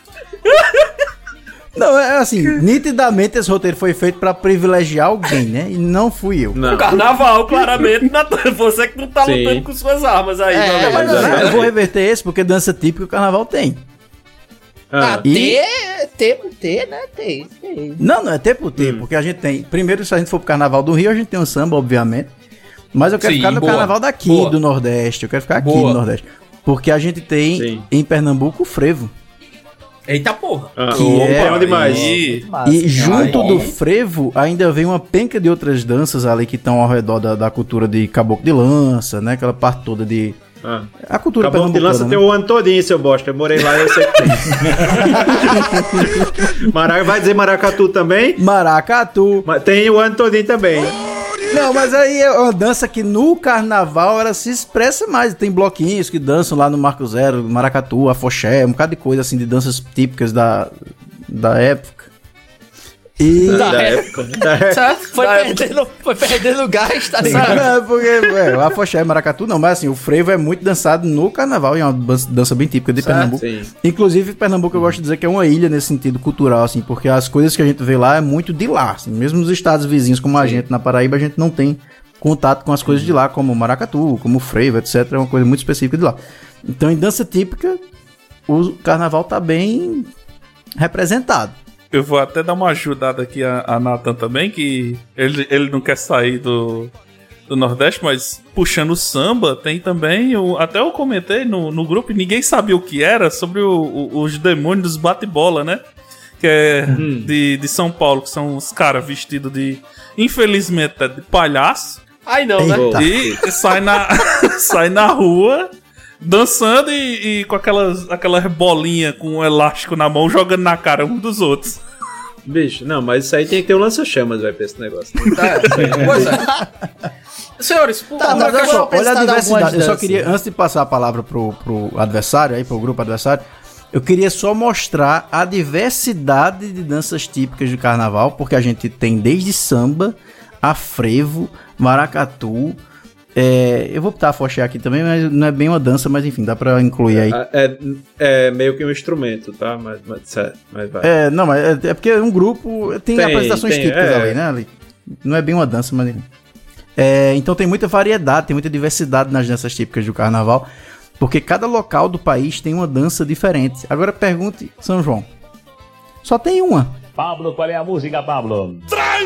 Não, é assim, nitidamente esse roteiro foi feito pra privilegiar alguém, né? E não fui eu. O carnaval, claramente, Natan, você que não tá Sim. lutando com suas armas aí, É, meu amigo. mas não, eu vou reverter esse porque dança típica o carnaval tem. Ah, E- ter, ter, ter, né? Ter, ter. Não, não é ter por ter, porque a gente tem. Primeiro, se a gente for pro carnaval do Rio, a gente tem um samba, obviamente. Mas eu quero Sim, ficar no boa, carnaval daqui, boa. do Nordeste. Eu quero ficar aqui Boa. no Nordeste. Porque a gente tem em Pernambuco o frevo. Eita porra. Que é onde mais? E, Massa. e junto Ai. do frevo ainda vem uma penca de outras danças ali que estão ao redor da, da cultura de caboclo de lança, né? Aquela parte toda de. Ah. A cultura Caboclo de lança pernambucana, tem né? o ano todinho, seu bosta. Eu morei lá e eu sei que tem. Mara... Vai dizer maracatu também? Maracatu. Mas tem o ano todinho também. Não, mas aí é uma dança que no carnaval ela se expressa mais. Tem bloquinhos que dançam lá no Marco Zero, maracatu, afoxé, um bocado de coisa assim de danças típicas da, da época. E... Da Da época. época. Da época. Sabe? Foi, perdendo, foi perdendo gás, tá ligado? Não, porque é, o afoxé e maracatu não, mas assim, o frevo é muito dançado no carnaval e é uma dança, dança bem típica de Certo, Pernambuco. sim. Inclusive, Pernambuco eu gosto de dizer que é uma ilha nesse sentido cultural, assim, porque as coisas que a gente vê lá é muito de lá, assim, mesmo nos estados vizinhos como a gente, na Paraíba, a gente não tem contato com as coisas de lá, como o maracatu, como o frevo, etcétera. É uma coisa muito específica de lá. Então, em dança típica, o carnaval tá bem representado. Eu vou até dar uma ajudada aqui a, a Nathan também, que ele, ele não quer sair do, do Nordeste, mas puxando o samba, tem também, o, até eu comentei no, no grupo, e ninguém sabia o que era, sobre o, o, os demônios dos bate-bola, né? Que é de, de São Paulo, que são os caras vestidos de, infelizmente, de palhaço. Ai não, né? Eita. E sai na, sai na rua dançando e, e com aquelas, aquelas bolinhas com um elástico na mão jogando na cara um dos outros. Bicho, não, mas isso aí tem que ter um lança-chamas, vai, pra esse negócio. Tá, pois é. Senhores, por Tá, favor, mas Olha eu só, vou olha a apresentar algumas diversidade. Eu só danças. queria, antes de passar a palavra pro, pro adversário, aí, pro grupo adversário, eu queria só mostrar a diversidade de danças típicas do carnaval, porque a gente tem desde samba, a frevo, maracatu. É, eu vou botar a foché aqui também, mas não é bem uma dança, mas enfim, dá pra incluir aí. É, é meio que um instrumento, tá? Mas, mas, certo, mas vai. É, não, mas é, é porque um grupo tem, Tem, apresentações tem, típicas é. ali, né? Ali. Não é bem uma dança, mas enfim. É, então tem muita variedade, tem muita diversidade nas danças típicas do carnaval. Porque cada local do país tem uma dança diferente. Agora pergunte, São João. Só tem uma. Pablo, qual é a música, Pablo?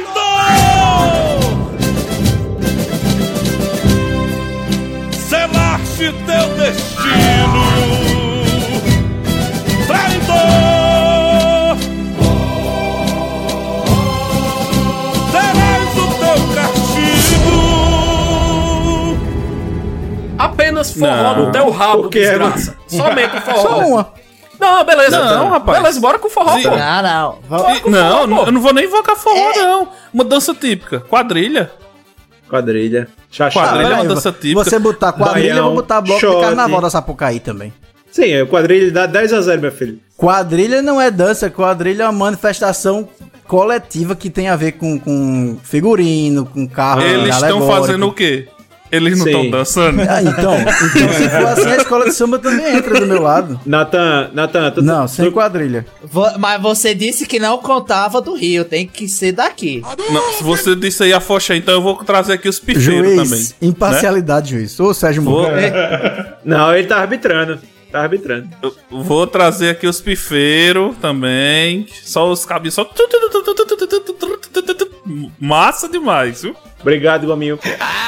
Selaste teu destino, traidor. Terás o teu castigo. Apenas forró Não, no teu rabo, porque desgraça. é- Somente forró. Só uma. Não, beleza. Não, rapaz. Beleza, bora com forró, Sim. pô. Não, não. E- não, eu não vou nem invocar forró, não. Uma dança típica. Quadrilha. Quadrilha. Xaxá. Quadrilha é uma peraí, dança típica. Você botar quadrilha, eu Baião, vou botar bloco shot. de carnaval da Sapucaí também. Sim, o quadrilha dá dez a zero, meu filho. Quadrilha não é dança, quadrilha é uma manifestação coletiva que tem a ver com, com figurino, com carro Eles estão alegórico. fazendo o quê? Eles não Sim. estão dançando? Ah, então, então, se for assim, a escola de samba também entra do meu lado. Natan, Natan, tu, Não, tu, sem tu, quadrilha. Vo- Mas você disse que não contava do Rio, tem que ser daqui. Não, se você disse aí a focha, então eu vou trazer aqui os pifeiros também. Juiz, imparcialidade, juiz. Ô, Sérgio Vou, Moro. Não, ele tá arbitrando. Tá arbitrando. eu vou trazer aqui os pifeiros também. Só os cabinhos. Só... Massa demais, viu? Obrigado, Gominho.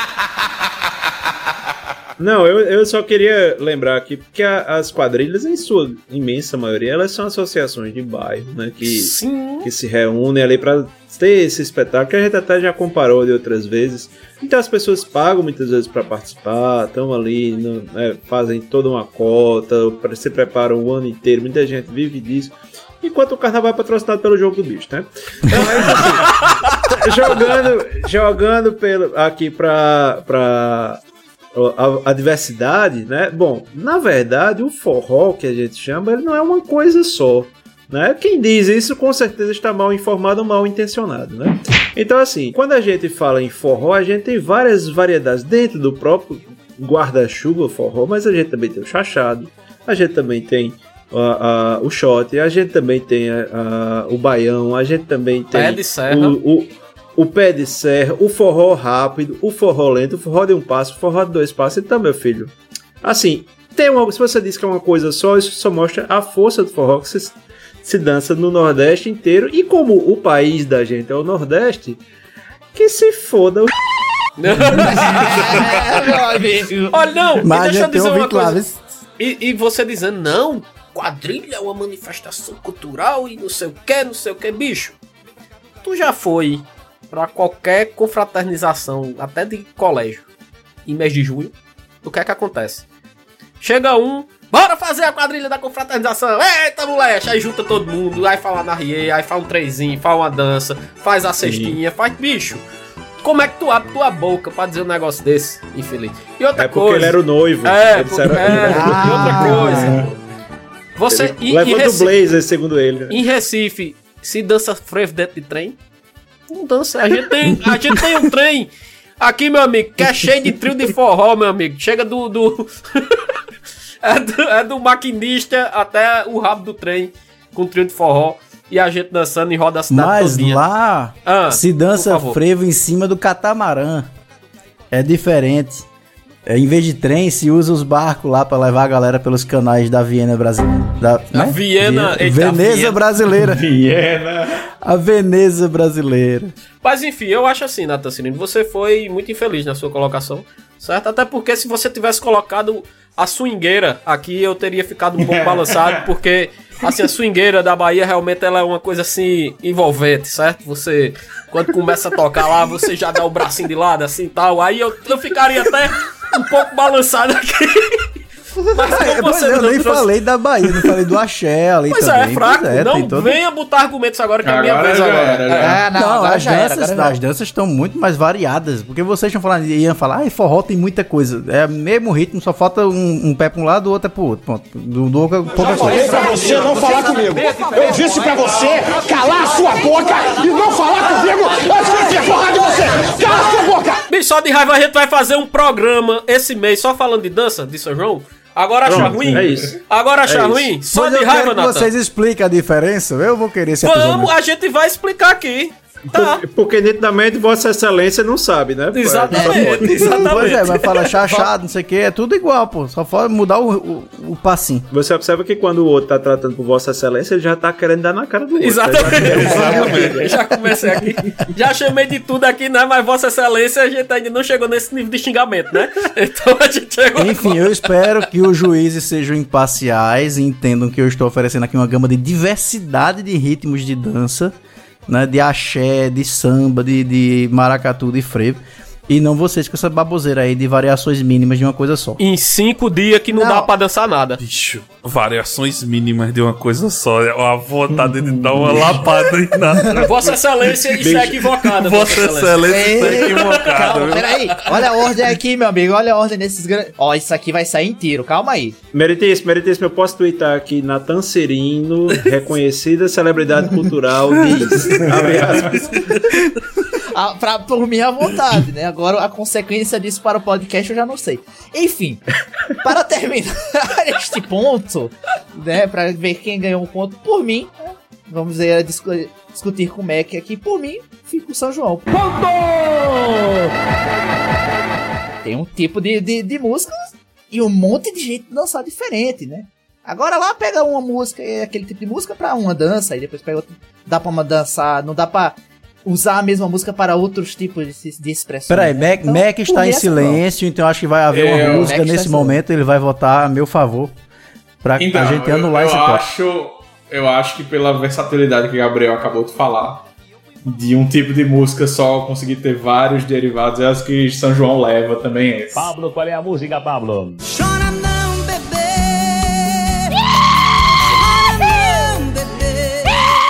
Não, eu, eu só queria lembrar aqui que a- as quadrilhas, em sua imensa maioria, elas são associações de bairro, né? Que, Sim. que se reúnem ali pra ter esse espetáculo, que a gente até já comparou de outras vezes. Então as pessoas pagam muitas vezes pra participar, estão ali, no- né, fazem toda uma cota, pre- se preparam o ano inteiro, muita gente vive disso. Enquanto o carnaval é patrocinado pelo Jogo do Bicho, né? Mas assim, jogando, jogando pelo, aqui pra, pra a, a diversidade, né? Bom, na verdade, o forró que a gente chama, ele não é uma coisa só, né? Quem diz isso com certeza está mal informado ou mal intencionado, né? Então, assim, quando a gente fala em forró, a gente tem várias variedades dentro do próprio guarda-chuva forró, mas a gente também tem o chachado, a gente também tem a- a- o shot, a gente também tem a- a- o baião, a gente também tem Pé de serra. o, o, o pé de serra, o forró rápido, o forró lento, o forró de um passo, o forró de dois passos. Então, meu filho, assim, tem uma, se você diz que é uma coisa só, isso só mostra a força do forró que se, se dança no Nordeste inteiro. E como o país da gente é o Nordeste, que se foda o É, meu amigo. Olha, não, Mas e deixa já eu tem dizer um uma coisa. Claves. E, e você dizendo, não, quadrilha é uma manifestação cultural e não sei o que, não sei o que, bicho. Tu já foi pra qualquer confraternização, até de colégio, em mês de junho? O que é que acontece? Chega um, bora fazer a quadrilha da confraternização, eita moleque, aí junta todo mundo, aí fala na rie, aí faz um trenzinho, faz uma dança, faz a cestinha, faz bicho. Como é que tu abre tua boca pra dizer um negócio desse, infeliz? E outra É porque coisa. ele era o noivo. É, Eles porque, eram- é, e outra coisa. Você, Ele em, em, levando o Recife, blazer, segundo ele. em Recife, se dança frevo dentro de trem? Não dança. A gente tem, a gente tem um trem aqui, meu amigo, que é cheio de trio de forró, meu amigo. Chega do. do é, do é do maquinista até o rabo do trem com trio de forró. E a gente dançando em roda a cidade Mas todinha. lá Ah, se dança por favor. frevo em cima do catamarã. É diferente. É, em vez de trem, se usa os barcos lá pra levar a galera pelos canais da Viena brasileira. Da, né? Viena- eita, Veneza Viena. brasileira. Viena. A Veneza brasileira. Mas enfim, eu acho assim, Nathan Cirino, você foi muito infeliz na sua colocação, certo? Até porque se você tivesse colocado a swingueira aqui, eu teria ficado um pouco balançado, porque assim, a swingueira da Bahia realmente ela é uma coisa assim envolvente, certo? Você, quando começa a tocar lá, você já dá o bracinho de lado, assim tal, aí eu, eu ficaria até um pouco balançado aqui. Mas como É, pois você é, eu não nem trouxe- falei da Bahia, não falei do axé ali Pois também. é, é fraco. Pois é, não tem todo- venha botar argumentos agora que é a minha Agora vez já agora. era, já É. era. não, Não, agora as já era, danças, agora já. as danças estão muito mais variadas, porque vocês tinham falado, iam falar, ai, forró tem muita coisa, é o mesmo ritmo, só falta um, um pé pra um lado, o outro é pro outro, pronto, do, do outro é pouca Falei coisa. pra você não falar comigo. Eu disse pra você calar a sua boca e não falar comigo antes de eu porra de você. Cala a sua boca! Bicho, só de raiva a gente vai fazer um programa esse mês só falando de dança de São João. Agora acha Pronto, ruim? é isso. Agora acha É ruim? isso. Só Mas de eu raiva, quero que Nathan. vocês expliquem a diferença, eu vou querer esse episódio. Vamos, a gente vai explicar aqui. Tá. Porque, porque nitidamente Vossa Excelência não sabe, né? Exatamente, Pois exatamente. é, mas fala chachado, não sei o que, é tudo igual, pô. Só pode mudar o, o, o passinho. Você observa que quando o outro tá tratando por Vossa Excelência, ele já tá querendo dar na cara do outro. Exatamente. Né? Exatamente. Já comecei aqui. Já chamei de tudo aqui, né? Mas Vossa Excelência, a gente ainda não chegou nesse nível de xingamento, né? Então a gente chegou. Enfim, eu espero que os juízes sejam imparciais e entendam que eu estou oferecendo aqui uma gama de diversidade de ritmos de dança, né, de axé, de samba, de, de maracatu, de frevo. E não vocês com essa baboseira aí de variações mínimas de uma coisa só. Em cinco dias que não, Não. dá pra dançar nada. Bicho, variações mínimas de uma coisa só. É a vontade de dar uma lapada aí na. Vossa Excelência está equivocada. Vossa Excelência está equivocada. Calma, viu? peraí. Olha a ordem aqui, meu amigo. Olha a ordem desses grandes. Ó, isso aqui vai sair inteiro. Calma aí. Meritíssimo, meritíssimo, eu posso twittar aqui, Natan Serino, reconhecida celebridade cultural, diz, abre aspas. Ah, pra, por minha vontade, né? Agora a consequência disso para o podcast eu já não sei. Enfim, para terminar este ponto, né? Pra ver quem ganhou um ponto por mim, né, vamos ver, discu discutir com o Mac aqui. Por mim, fica o São João. Ponto! Tem um tipo de, de, de música e um monte de gente dançar diferente, né? Agora lá pega uma música, aquele tipo de música pra uma dança, e depois pega outra. Dá pra uma dançar, não dá pra usar a mesma música para outros tipos de, de expressões. Peraí, né? Mac, Então, Mac está em essa silêncio, então acho que vai haver uma Eu- música Mac está nesse em momento, ele vai votar a meu favor pra Então, a gente eu, anular eu esse toque. acho, eu acho que pela versatilidade que o Gabriel acabou de falar, de um tipo de música só conseguir ter vários derivados, eu acho que São João leva também esse. Pablo, qual é a música, Pablo? Chora não, bebê. Chora não, bebê.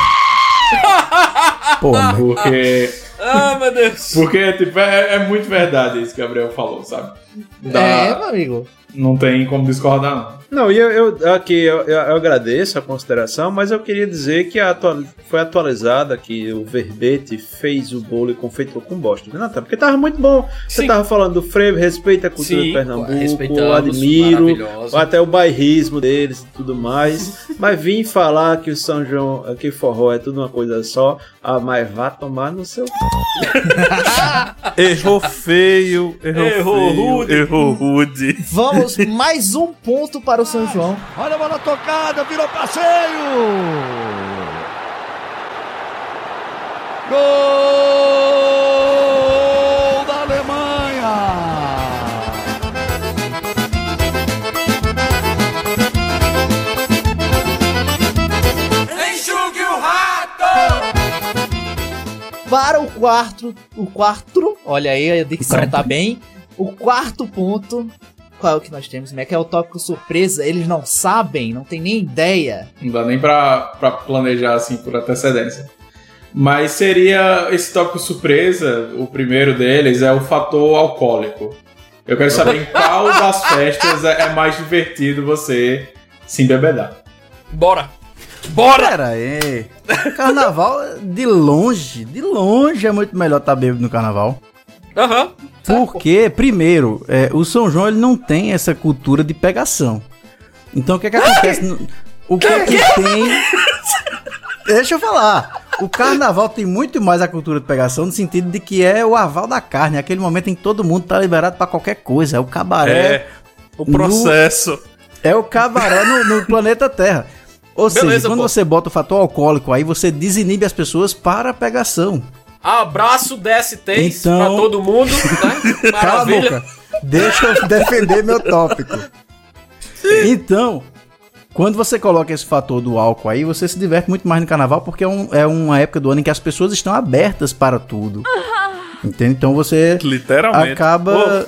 Pô, Mac. Porque, Ah, meu Deus. porque tipo, é, é muito verdade isso que o Gabriel falou, sabe? Dá- É, meu amigo. Não tem como discordar, não. Não, e eu, eu aqui eu, eu- eu agradeço a consideração, mas eu queria dizer que a atua- foi atualizada que o verbete fez o bolo e confeitou com bosta, né, Natan? Porque tava muito bom. Você Sim. tava falando do frevo, respeita a cultura Sim, de Pernambuco, respeitamos, admiro, maravilhoso. até o bairrismo deles e tudo mais. Mas vim falar que o São João, que forró é tudo uma coisa só, ah, mas vá tomar no seu. Errou feio, errou, Errou feio, rude. errou rude. Vamos, mais um ponto para o São João. Olha a bola tocada, virou passeio! Gol da Alemanha! Enxugue o rato. Para o quarto, o quarto, olha aí, a dicção tá bem. O quarto ponto, qual é o que nós temos, Mac? É o tópico surpresa, eles não sabem, não tem nem ideia. Não dá nem pra, pra planejar assim por antecedência. Mas seria esse tópico surpresa, o primeiro deles é o fator alcoólico. Eu quero saber em qual das festas é é mais divertido você se embebedar. Bora. Bora. Pera aí. Carnaval, de longe, de longe é muito melhor estar bêbado no carnaval. Aham. Porque, primeiro, é, o São João ele não tem essa cultura de pegação. Então o que é que acontece? no- O que é que tem... Deixa eu falar. O carnaval tem muito mais a cultura de pegação no sentido de que é o aval da carne. É aquele momento em que todo mundo tá liberado pra qualquer coisa. É o cabaré. É, o processo. no- é o cabaré no, no planeta Terra. Ou Beleza, seja, quando pô. você bota o fator alcoólico aí, você desinibe as pessoas para a pegação. Abraço D S Ts Então- pra todo mundo, né? Cala a Maravilha. boca. Deixa eu defender meu tópico. Então, quando você coloca esse fator do álcool aí, você se diverte muito mais no carnaval, porque é, um- é uma época do ano em que as pessoas estão abertas para tudo. Entende? Então você Literalmente. acaba...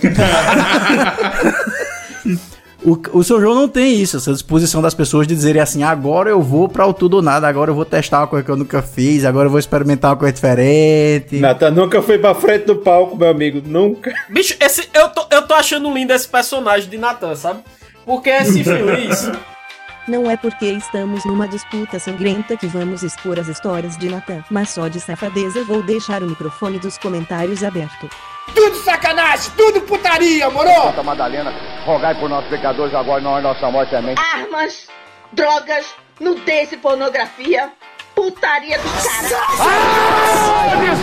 O, o São João não tem isso, essa disposição das pessoas de dizerem assim, agora eu vou pra o tudo ou nada, agora eu vou testar uma coisa que eu nunca fiz, agora eu vou experimentar uma coisa diferente. Natan nunca foi pra frente do palco, meu amigo, nunca. Bicho, esse, eu, tô, eu tô achando lindo esse personagem de Natan, sabe? Porque esse feliz. Não é porque estamos numa disputa sangrenta que vamos expor as histórias de Natan, mas só de safadeza vou deixar o microfone dos comentários aberto. Tudo sacanagem, tudo putaria, moro? Santa Madalena, rogai por nossos pecadores agora e na hora de nossa morte, amém. Armas, drogas, nudez e pornografia, putaria do caralho. Ah,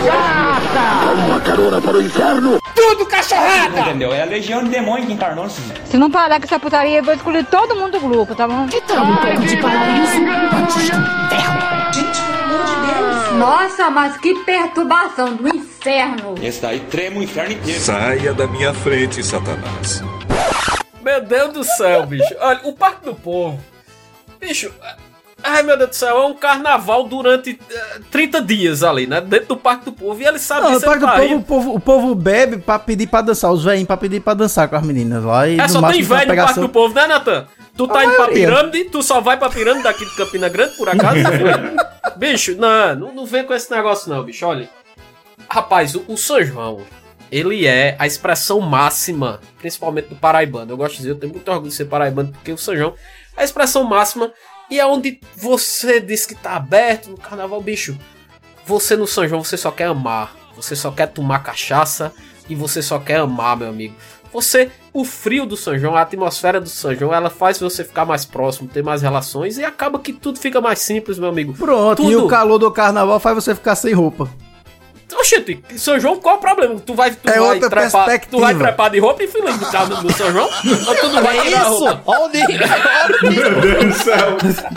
pecadora para o inferno. Tudo cachorrada! Entendeu? É a legião de demônio que encarnou nesse mundo. Se não parar com essa putaria, eu vou excluir todo mundo do grupo, tá bom? Que tal um pouco de paraíso antes do inferno? Gente, pelo amor de Deus! Nossa, mas que perturbação do inferno! Esse daí trema o inferno inteiro. Saia da minha frente, Satanás. Meu Deus do céu, bicho. Olha, o Parque do Povo. Bicho, ai meu Deus do céu, é um carnaval durante uh, trinta dias ali, né? Dentro do Parque do Povo. E ele sabe Não, que no Parque do Povo, o povo, o povo bebe pra pedir pra dançar, os velhinhos pra pedir pra dançar com as meninas lá. E É, só tem velho no Parque do Povo, né, Natan? Tu tá A indo pra maioria. pirâmide, tu só vai pra pirâmide daqui de Campina Grande, por acaso? Bicho, não, não, não vem com esse negócio não, bicho, olha. Rapaz, o, o São João, ele é a expressão máxima, principalmente do paraibano. Eu gosto de dizer, eu tenho muito orgulho de ser paraibano, porque o São João é a expressão máxima e é onde você diz que tá aberto no carnaval, bicho. Você no São João, você só quer amar, você só quer tomar cachaça e você só quer amar, meu amigo. Você, o frio do São João, a atmosfera do São João, ela faz você ficar mais próximo, ter mais relações e acaba que tudo fica mais simples, meu amigo. Pronto, tudo... e o calor do carnaval faz você ficar sem roupa. Oxente, São João, qual é o problema? Tu vai, tu É vai outra trepar, perspectiva. tu vai trepar de roupa e filho do carro do São João? Ou tu não vai É tirar a isso? roupa? Olha o nível, olha o nível. Meu Deus do céu.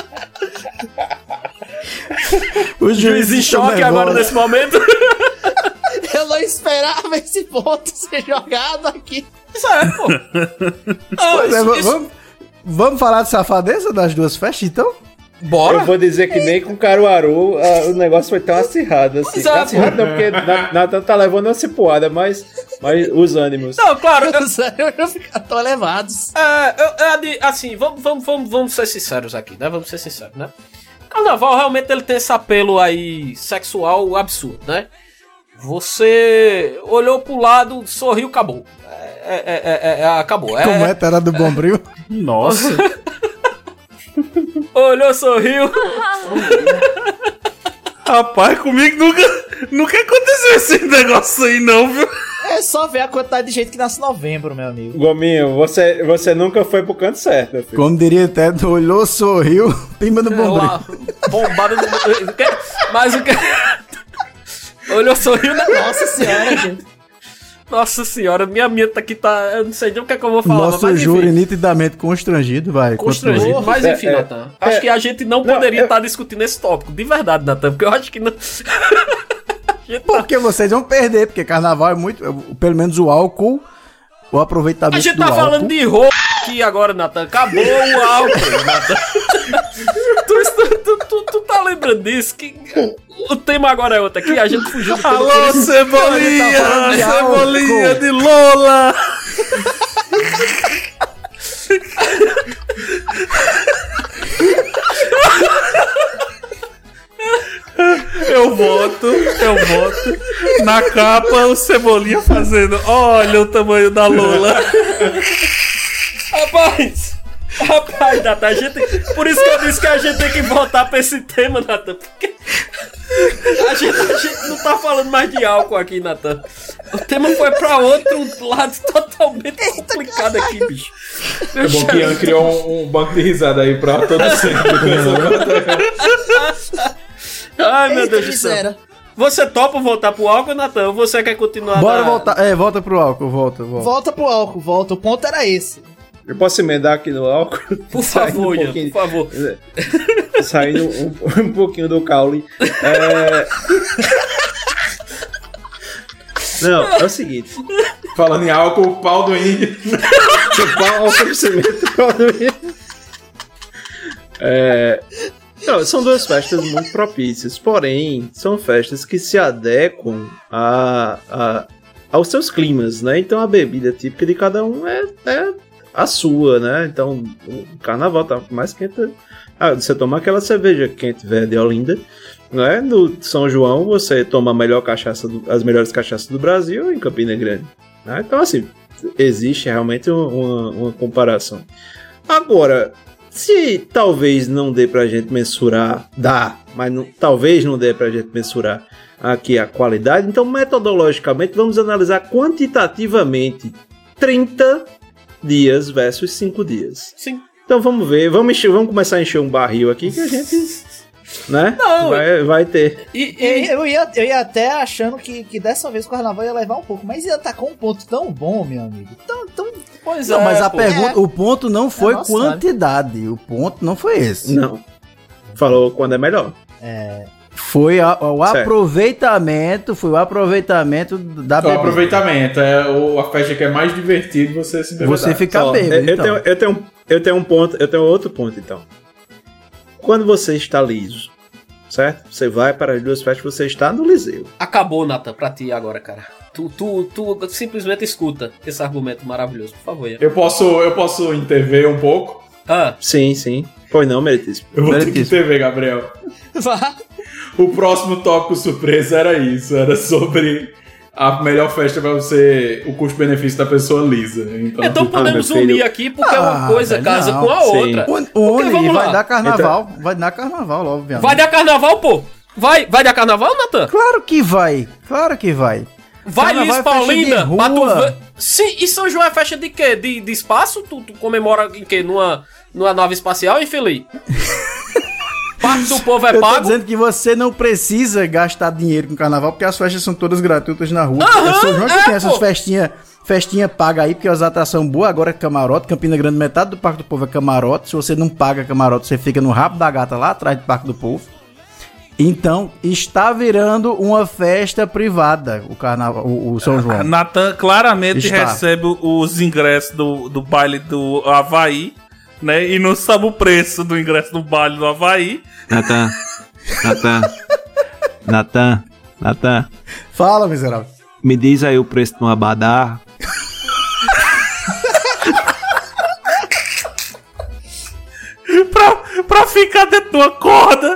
O Juiz em choque agora nesse momento. Eu não esperava esse ponto ser jogado aqui. Isso é, pô. Ah, Pois é, isso- va- isso- vamos, vamos falar de safadeza das duas festas, então? Bora? Eu vou dizer que nem com Caruaru ah, o negócio foi tão acirrado assim. Pois é, Acirrado não, porque Na- Natan tá levando uma cipuada, mas, mas os ânimos. Não, claro. Eu, Os ânimos ficam elevados. é, eu, é de- assim, vamos, vamos, vamos, vamos ser sinceros aqui, né? Vamos ser sinceros, né? Carnaval realmente ele tem esse apelo aí sexual absurdo, né? Você olhou pro lado, sorriu, acabou. É, é, é, é, acabou. É, Como é, Terra do Bombril? Nossa. Olhou, sorriu. Rapaz, comigo nunca, nunca aconteceu esse negócio aí, não, viu? É só ver a quantidade de gente que nasce em novembro, meu amigo. Gominho, você, você nunca foi pro canto certo, meu filho. Como diria até, olhou, sorriu, pimba no Bombril. Lá, bombado no... o quê? Mas o que? Olhou, sorriu, né? Nossa senhora, gente. Nossa senhora, minha meta aqui tá... Eu não sei nem o que é que eu vou falar, Nosso mas enfim. júri nitidamente constrangido, vai. Constrangido, continua. mas enfim, É, é, Natan. Acho é. que a gente não, Não, poderia eu- estar discutindo esse tópico. De verdade, Natan, porque eu acho que não... A gente tá- Porque vocês vão perder, porque carnaval é muito... Pelo menos o álcool, o aproveitamento A gente do tá álcool. falando de roupa aqui agora, Natan. Acabou o álcool, Natan. tu, tu, tu, tu, tu tá lembrando disso? Que o tema agora é outro aqui, a gente fugiu do tema. Alô, por isso- Cebolinha! A gente tá falando de Cebolinha álcool. de Lola! Eu voto, eu voto. Na capa, o Cebolinha fazendo. Olha o tamanho da Lola. Rapaz! Rapaz, Natan, a gente... Por isso que eu disse que a gente tem que voltar pra esse tema, Natan. Porque a gente, a gente não tá falando mais de álcool aqui, Natan. O tema foi pra outro lado totalmente complicado aqui, bicho. É bom que Ian criou um, um banco de risada aí pra todo sempre. Ai, meu Deus do Miséria. céu. Você topa voltar pro álcool, Natan? Ou você quer continuar Bora na... voltar. É, volta pro álcool, volta, volta. Volta pro álcool, volta. O ponto era esse. Eu posso emendar aqui no álcool? Por Saindo favor, um Ian, pouquinho- por favor. Saindo um, um pouquinho do caule. É... Não, é o seguinte. Falando em álcool, pau do índio. Pau, álcool, cimento, pau do índio. É... Não, são duas festas muito propícias, porém, são festas que se adequam a, a, aos seus climas, né? Então a bebida típica de cada um é, é a sua, né? Então o carnaval tá mais quente. Ah, você toma aquela cerveja quente velha de Olinda, né? No São João você toma a melhor cachaça do, as melhores cachaças do Brasil em Campina Grande, né? Então assim, existe realmente uma, uma comparação. Agora, se talvez não dê pra gente mensurar, dá, mas não, talvez não dê pra gente mensurar aqui a qualidade, então metodologicamente vamos analisar quantitativamente trinta dias versus cinco dias. Sim. Então vamos ver, vamos, encher, vamos começar a encher um barril aqui que a gente né? Não, vai, vai ter. E, e eu, ia, eu ia até achando que, que dessa vez o carnaval ia levar um pouco, mas ia estar com um ponto tão bom, meu amigo. Tão, tão... Pois não, é, mas a pô, pergunta, é, o ponto não foi é quantidade, sabe? O ponto não foi esse. Não. Falou quando é melhor. É. Foi a, o certo. aproveitamento, foi o aproveitamento da bebida. O aproveitamento, é o, a festa que é mais divertido você se beber. Você fica bêbado, eu, então. tenho, eu, tenho, eu tenho um ponto, eu tenho outro ponto, então. Quando você está liso, certo? Você vai para as duas festas, você está no Liseu. Acabou, Nathan, pra ti agora, cara. Tu, tu, tu simplesmente escuta esse argumento maravilhoso, por favor. Ian. Eu posso, eu posso intervir um pouco? Ah. Sim, sim. Pois não, Meritíssimo. Eu vou ter que intervir, Gabriel. Vá. O próximo tópico surpresa era isso, era sobre a melhor festa pra você, o custo-benefício da pessoa lisa. Então, então podemos ah, unir aqui, porque ah, uma coisa casa não, com a sim. outra. Une, vai dar carnaval, então, vai dar carnaval, obviamente. Vai dar carnaval, pô? Vai, vai dar carnaval, Nathan? Claro que vai, claro que vai. Vai, Liz Paulina, Batu... Sim, e São João é festa de quê? De, de espaço? Tu, tu comemora em quê? Numa, numa nave espacial, infeliz? Parte do povo é eu pago. Eu tô dizendo que você não precisa gastar dinheiro com carnaval, porque as festas são todas gratuitas na rua. Aham, é São João que é, tem essas festinhas festinha paga aí, porque as atrações boas agora é camarote. Campina Grande, metade do Parque do Povo é camarote. Se você não paga camarote, você fica no rabo da gata lá atrás do Parque do Povo. Então, está virando uma festa privada o carnaval, o, o São João. Nathan claramente está. recebe os ingressos do, do baile do Havaí, né? E não sabe o preço do ingresso do baile do Havaí. Nathan, Nathan, Nathan, Nathan. Fala, miserável. Me diz aí o preço de um abadá. pra, pra ficar dentro de uma corda.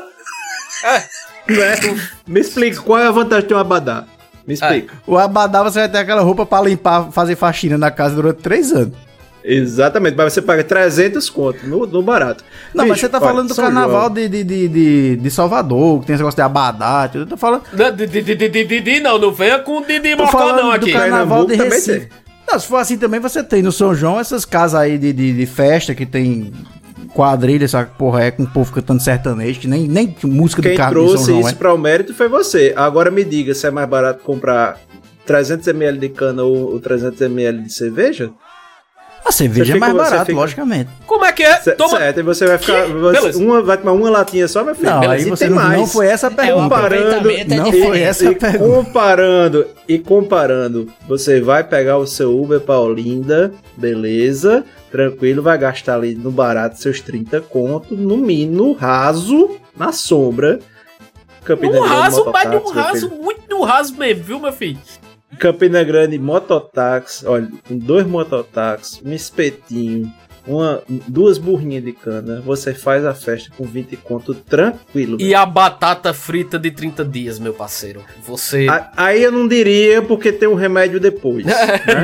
É, né? Me explica, qual é a vantagem de ter um abadá? Me explica. É. O abadá você vai ter aquela roupa pra limpar, fazer faxina na casa durante três anos. Exatamente, mas você paga trezentos conto no, no barato. Não, Bicho, mas você tá olha, falando do São carnaval de, de, de, de, de Salvador, que tem esse negócio de abadá, tudo. Eu tô falando... Não, de, de, de, de, de, de, não, não venha com de, de Mocó não aqui. Do carnaval de Recife. Não, se for assim também você tem no São João essas casas aí de, de, de festa que tem... quadrilha, essa porra é com o povo cantando sertanejo, que nem, nem música Quem do carro de São João. Quem trouxe isso para o mérito foi você. Agora me diga se é mais barato comprar trezentos mililitros de cana ou, ou trezentos mililitros de cerveja? A cerveja fica, é mais barato, fica... logicamente. Como é que é? C Toma... Certo, e você vai ficar... Você, uma, vai tomar uma latinha só, meu filho? Não, Beleza, aí você tem não, mais. não foi essa a pergunta. Comparando, é não e, foi essa e a pergunta. Comparando e comparando, você vai pegar o seu Uber pra Olinda, beleza, tranquilo, vai gastar ali no barato seus trinta conto, no mínimo, raso, na sombra. Campina um raso, mas um raso, muito no raso mesmo, viu, meu filho? Campina Grande, mototáxi, olha, com dois mototáxis, um espetinho, uma, duas burrinhas de cana, você faz a festa com vinte conto tranquilo. E a batata frita de trinta dias, meu parceiro. Você... A, aí eu não diria, porque tem um remédio depois. Né?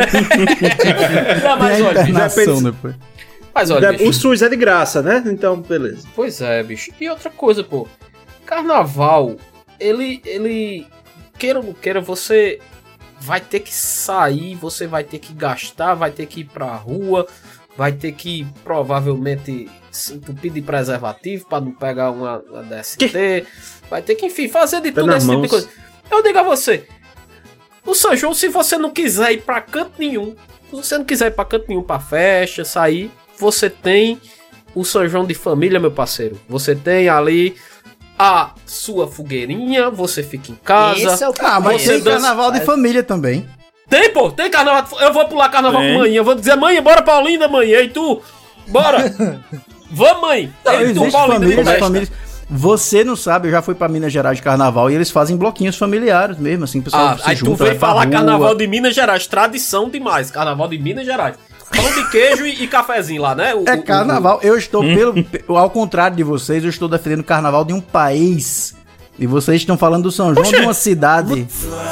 Não, mas olha, depende... depois. Mas olha, bicho, o SUS é de graça, né? Então, beleza. Pois é, bicho. E outra coisa, pô. Carnaval, ele, ele... Queira ou não queira, você... vai ter que sair, você vai ter que gastar, vai ter que ir pra rua, vai ter que provavelmente se entupir de preservativo pra não pegar uma, uma D S T, que? Vai ter que, enfim, fazer de tudo esse mãos. tipo de coisa. Eu digo a você, o São João, se você não quiser ir pra canto nenhum, se você não quiser ir pra canto nenhum pra festa, sair, você tem o São João de família, meu parceiro. Você tem ali... a sua fogueirinha, você fica em casa. Esse é o ah, mas tem dança... carnaval de família também. Tem, pô, tem carnaval. Eu vou pular carnaval tem. com mãe. Eu vou dizer, mãe, bora pra Olinda, mãe. E aí tu, bora. Vamos, mãe. Não, e tu, famílias, famílias. Você não sabe, eu já fui pra Minas Gerais de carnaval e eles fazem bloquinhos familiares mesmo, assim, pessoal. Ah, aí tu veio falar carnaval de Minas Gerais, tradição demais. Carnaval de Minas Gerais. Pão de queijo e, e cafezinho lá, né? O, é o, carnaval. O... Eu estou, pelo, ao contrário de vocês, eu estou defendendo o carnaval de um país. E vocês estão falando do São João Oxê. de uma cidade.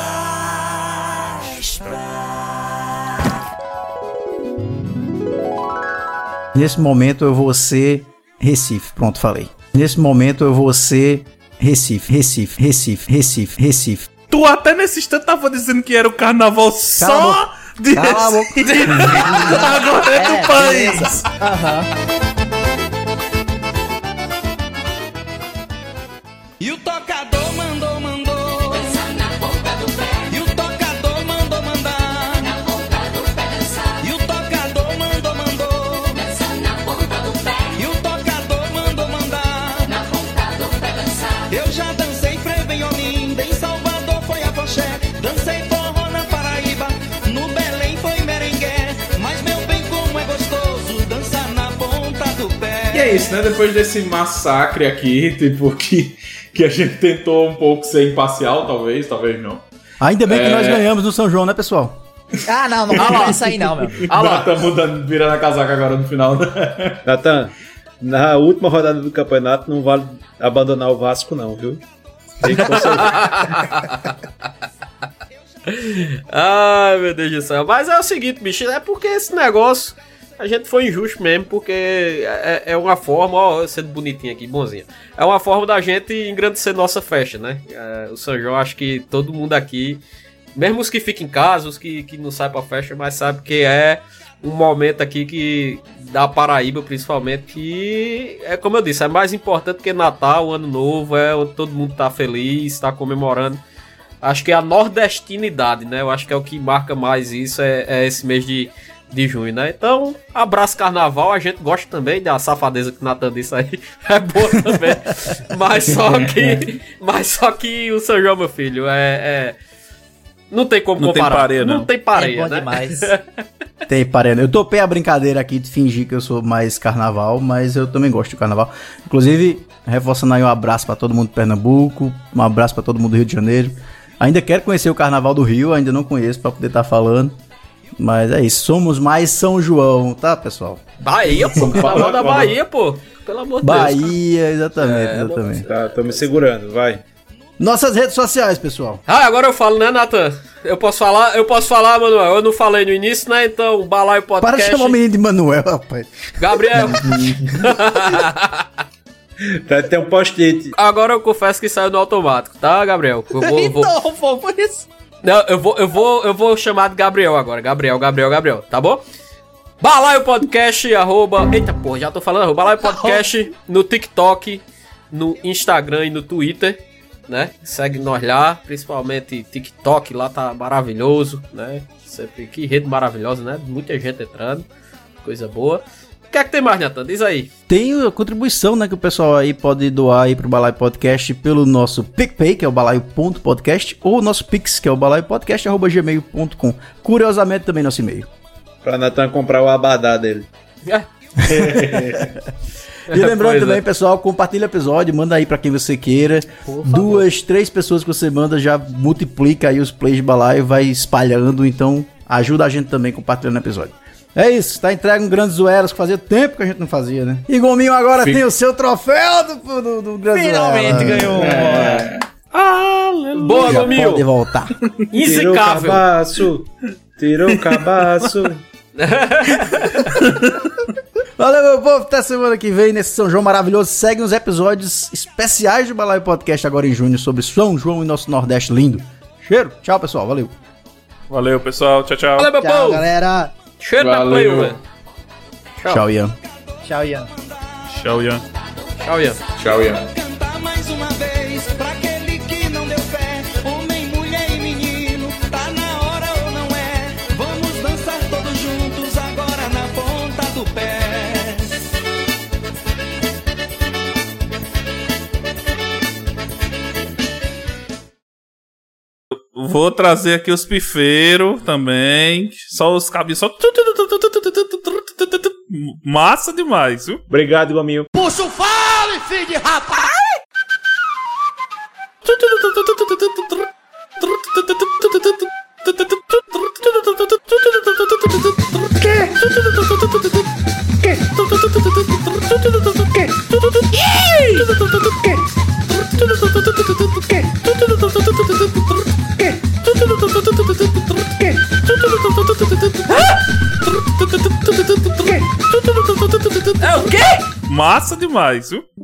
Nesse momento eu vou ser Recife. Pronto, falei. Nesse momento eu vou ser Recife, Recife, Recife, Recife, Recife. Tu até nesse instante tava dizendo que era o carnaval só... Cala de Cala a boca. Agora é do é, país. Aham. é isso, né? Depois desse massacre aqui, tipo, que, que a gente tentou um pouco ser imparcial, talvez, talvez não. Ainda bem que É. nós ganhamos no São João, né, pessoal? Ah, não, não Ah lá. vai sair não, meu. Ah lá. Tá mudando, virando a casaca agora no final. Natan, na última rodada do campeonato não vale abandonar o Vasco, não, viu? Tem que conservar. Ai, meu Deus do céu. Mas é o seguinte, bicho, é porque esse negócio a gente foi injusto mesmo, porque é, é uma forma, ó, sendo bonitinho aqui, bonzinho. É uma forma da gente engrandecer nossa festa, né? É, o São João, acho que todo mundo aqui, mesmo os que ficam em casa, os que, que não saem pra festa, mas sabe que é um momento aqui que da Paraíba, principalmente, que é como eu disse, é mais importante que Natal, o Ano Novo, é onde todo mundo tá feliz, tá comemorando. Acho que é a nordestinidade, né? Eu acho que é o que marca mais isso, é, é esse mês de, de junho, né? Então, abraço carnaval, a gente gosta também da safadeza que o Natan disse aí, é boa também. mas, só que, mas só que o São João, meu filho, é... é não tem como Não tem comparar. pareia, não. Não tem pareia, É bom né? demais. Tem parendo. Eu topei a brincadeira aqui de fingir que eu sou mais carnaval, mas eu também gosto de carnaval. Inclusive, reforçando aí um abraço pra todo mundo de Pernambuco, um abraço pra todo mundo do Rio de Janeiro. Ainda quero conhecer o Carnaval do Rio, ainda não conheço pra poder estar falando. Mas é isso, somos mais São João, tá, pessoal? Bahia, pô. Carnaval da Bahia, pô. Pelo amor de Deus. Bahia, exatamente, É, exatamente. Tá, tô me segurando, vai. Nossas redes sociais, pessoal. Ah, agora eu falo, né, Natan? Eu posso falar? Eu posso falar, Manuel. Eu não falei no início, né? Então, Balaio Podcast. Para de chamar o menino de Manuel, rapaz. Gabriel. Tá, tem um post-it. Agora eu confesso que saiu no automático, tá, Gabriel? Eu vou, eu vou... Então, pô, por isso. Não, eu vou, eu vou, eu vou chamar de Gabriel agora. Gabriel, Gabriel, Gabriel, tá bom? Balaio Podcast, arroba... Eita, porra, já tô falando. Arroba Balaio Podcast no TikTok, no Instagram e no Twitter, né? Segue nós lá, principalmente TikTok, lá tá maravilhoso, né? Sempre, que rede maravilhosa, né? Muita gente entrando, coisa boa. O que é que tem mais, Natan? Diz aí. Tem a contribuição, né, que o pessoal aí pode doar aí pro Balaio Podcast pelo nosso PicPay, que é o balaio ponto podcast, ou o nosso Pix, que é o balaio podcast arroba gmail ponto com. Curiosamente, também nosso e-mail. Pra Natan comprar o abadá dele. É. E lembrando Pois também, é. pessoal, compartilha o episódio, manda aí pra quem você queira. Duas, três pessoas que você manda já multiplica aí os plays de Balaio, vai espalhando, então ajuda a gente também compartilhando o episódio. É isso, tá entregue um grande zoeiros que fazia tempo que a gente não fazia, né? E Gominho agora Fica. tem o seu troféu do, do, do grande Finalmente Zoeiros. ganhou. É. Boa, Já Gomil. pode voltar. Tirou o Inzicável. cabaço. Tirou o cabaço. Valeu, meu povo, até semana que vem nesse São João maravilhoso. Segue os episódios especiais do Balaio Podcast agora em junho sobre São João e nosso Nordeste lindo. Cheiro, tchau, pessoal, valeu. Valeu, pessoal. Tchau, tchau. Valeu, meu Tchau, povo. galera. Cheiro da Valeu. play, velho. Tchau. Tchau, Ian. Tchau, Ian. Tchau, Ian. Tchau, Ian. Tchau, Ian. Cantar mais uma vez pra aquele que não deu fé. Homem, mulher e menino, tá na hora ou não é? Vamos dançar todos juntos agora na ponta do pé. Vou trazer aqui os pifeiros também. Só os cabelos. Só... Massa demais, viu? Obrigado, Gominho. Puxa o fale, filho de rapaz! É o quê? Massa demais, viu?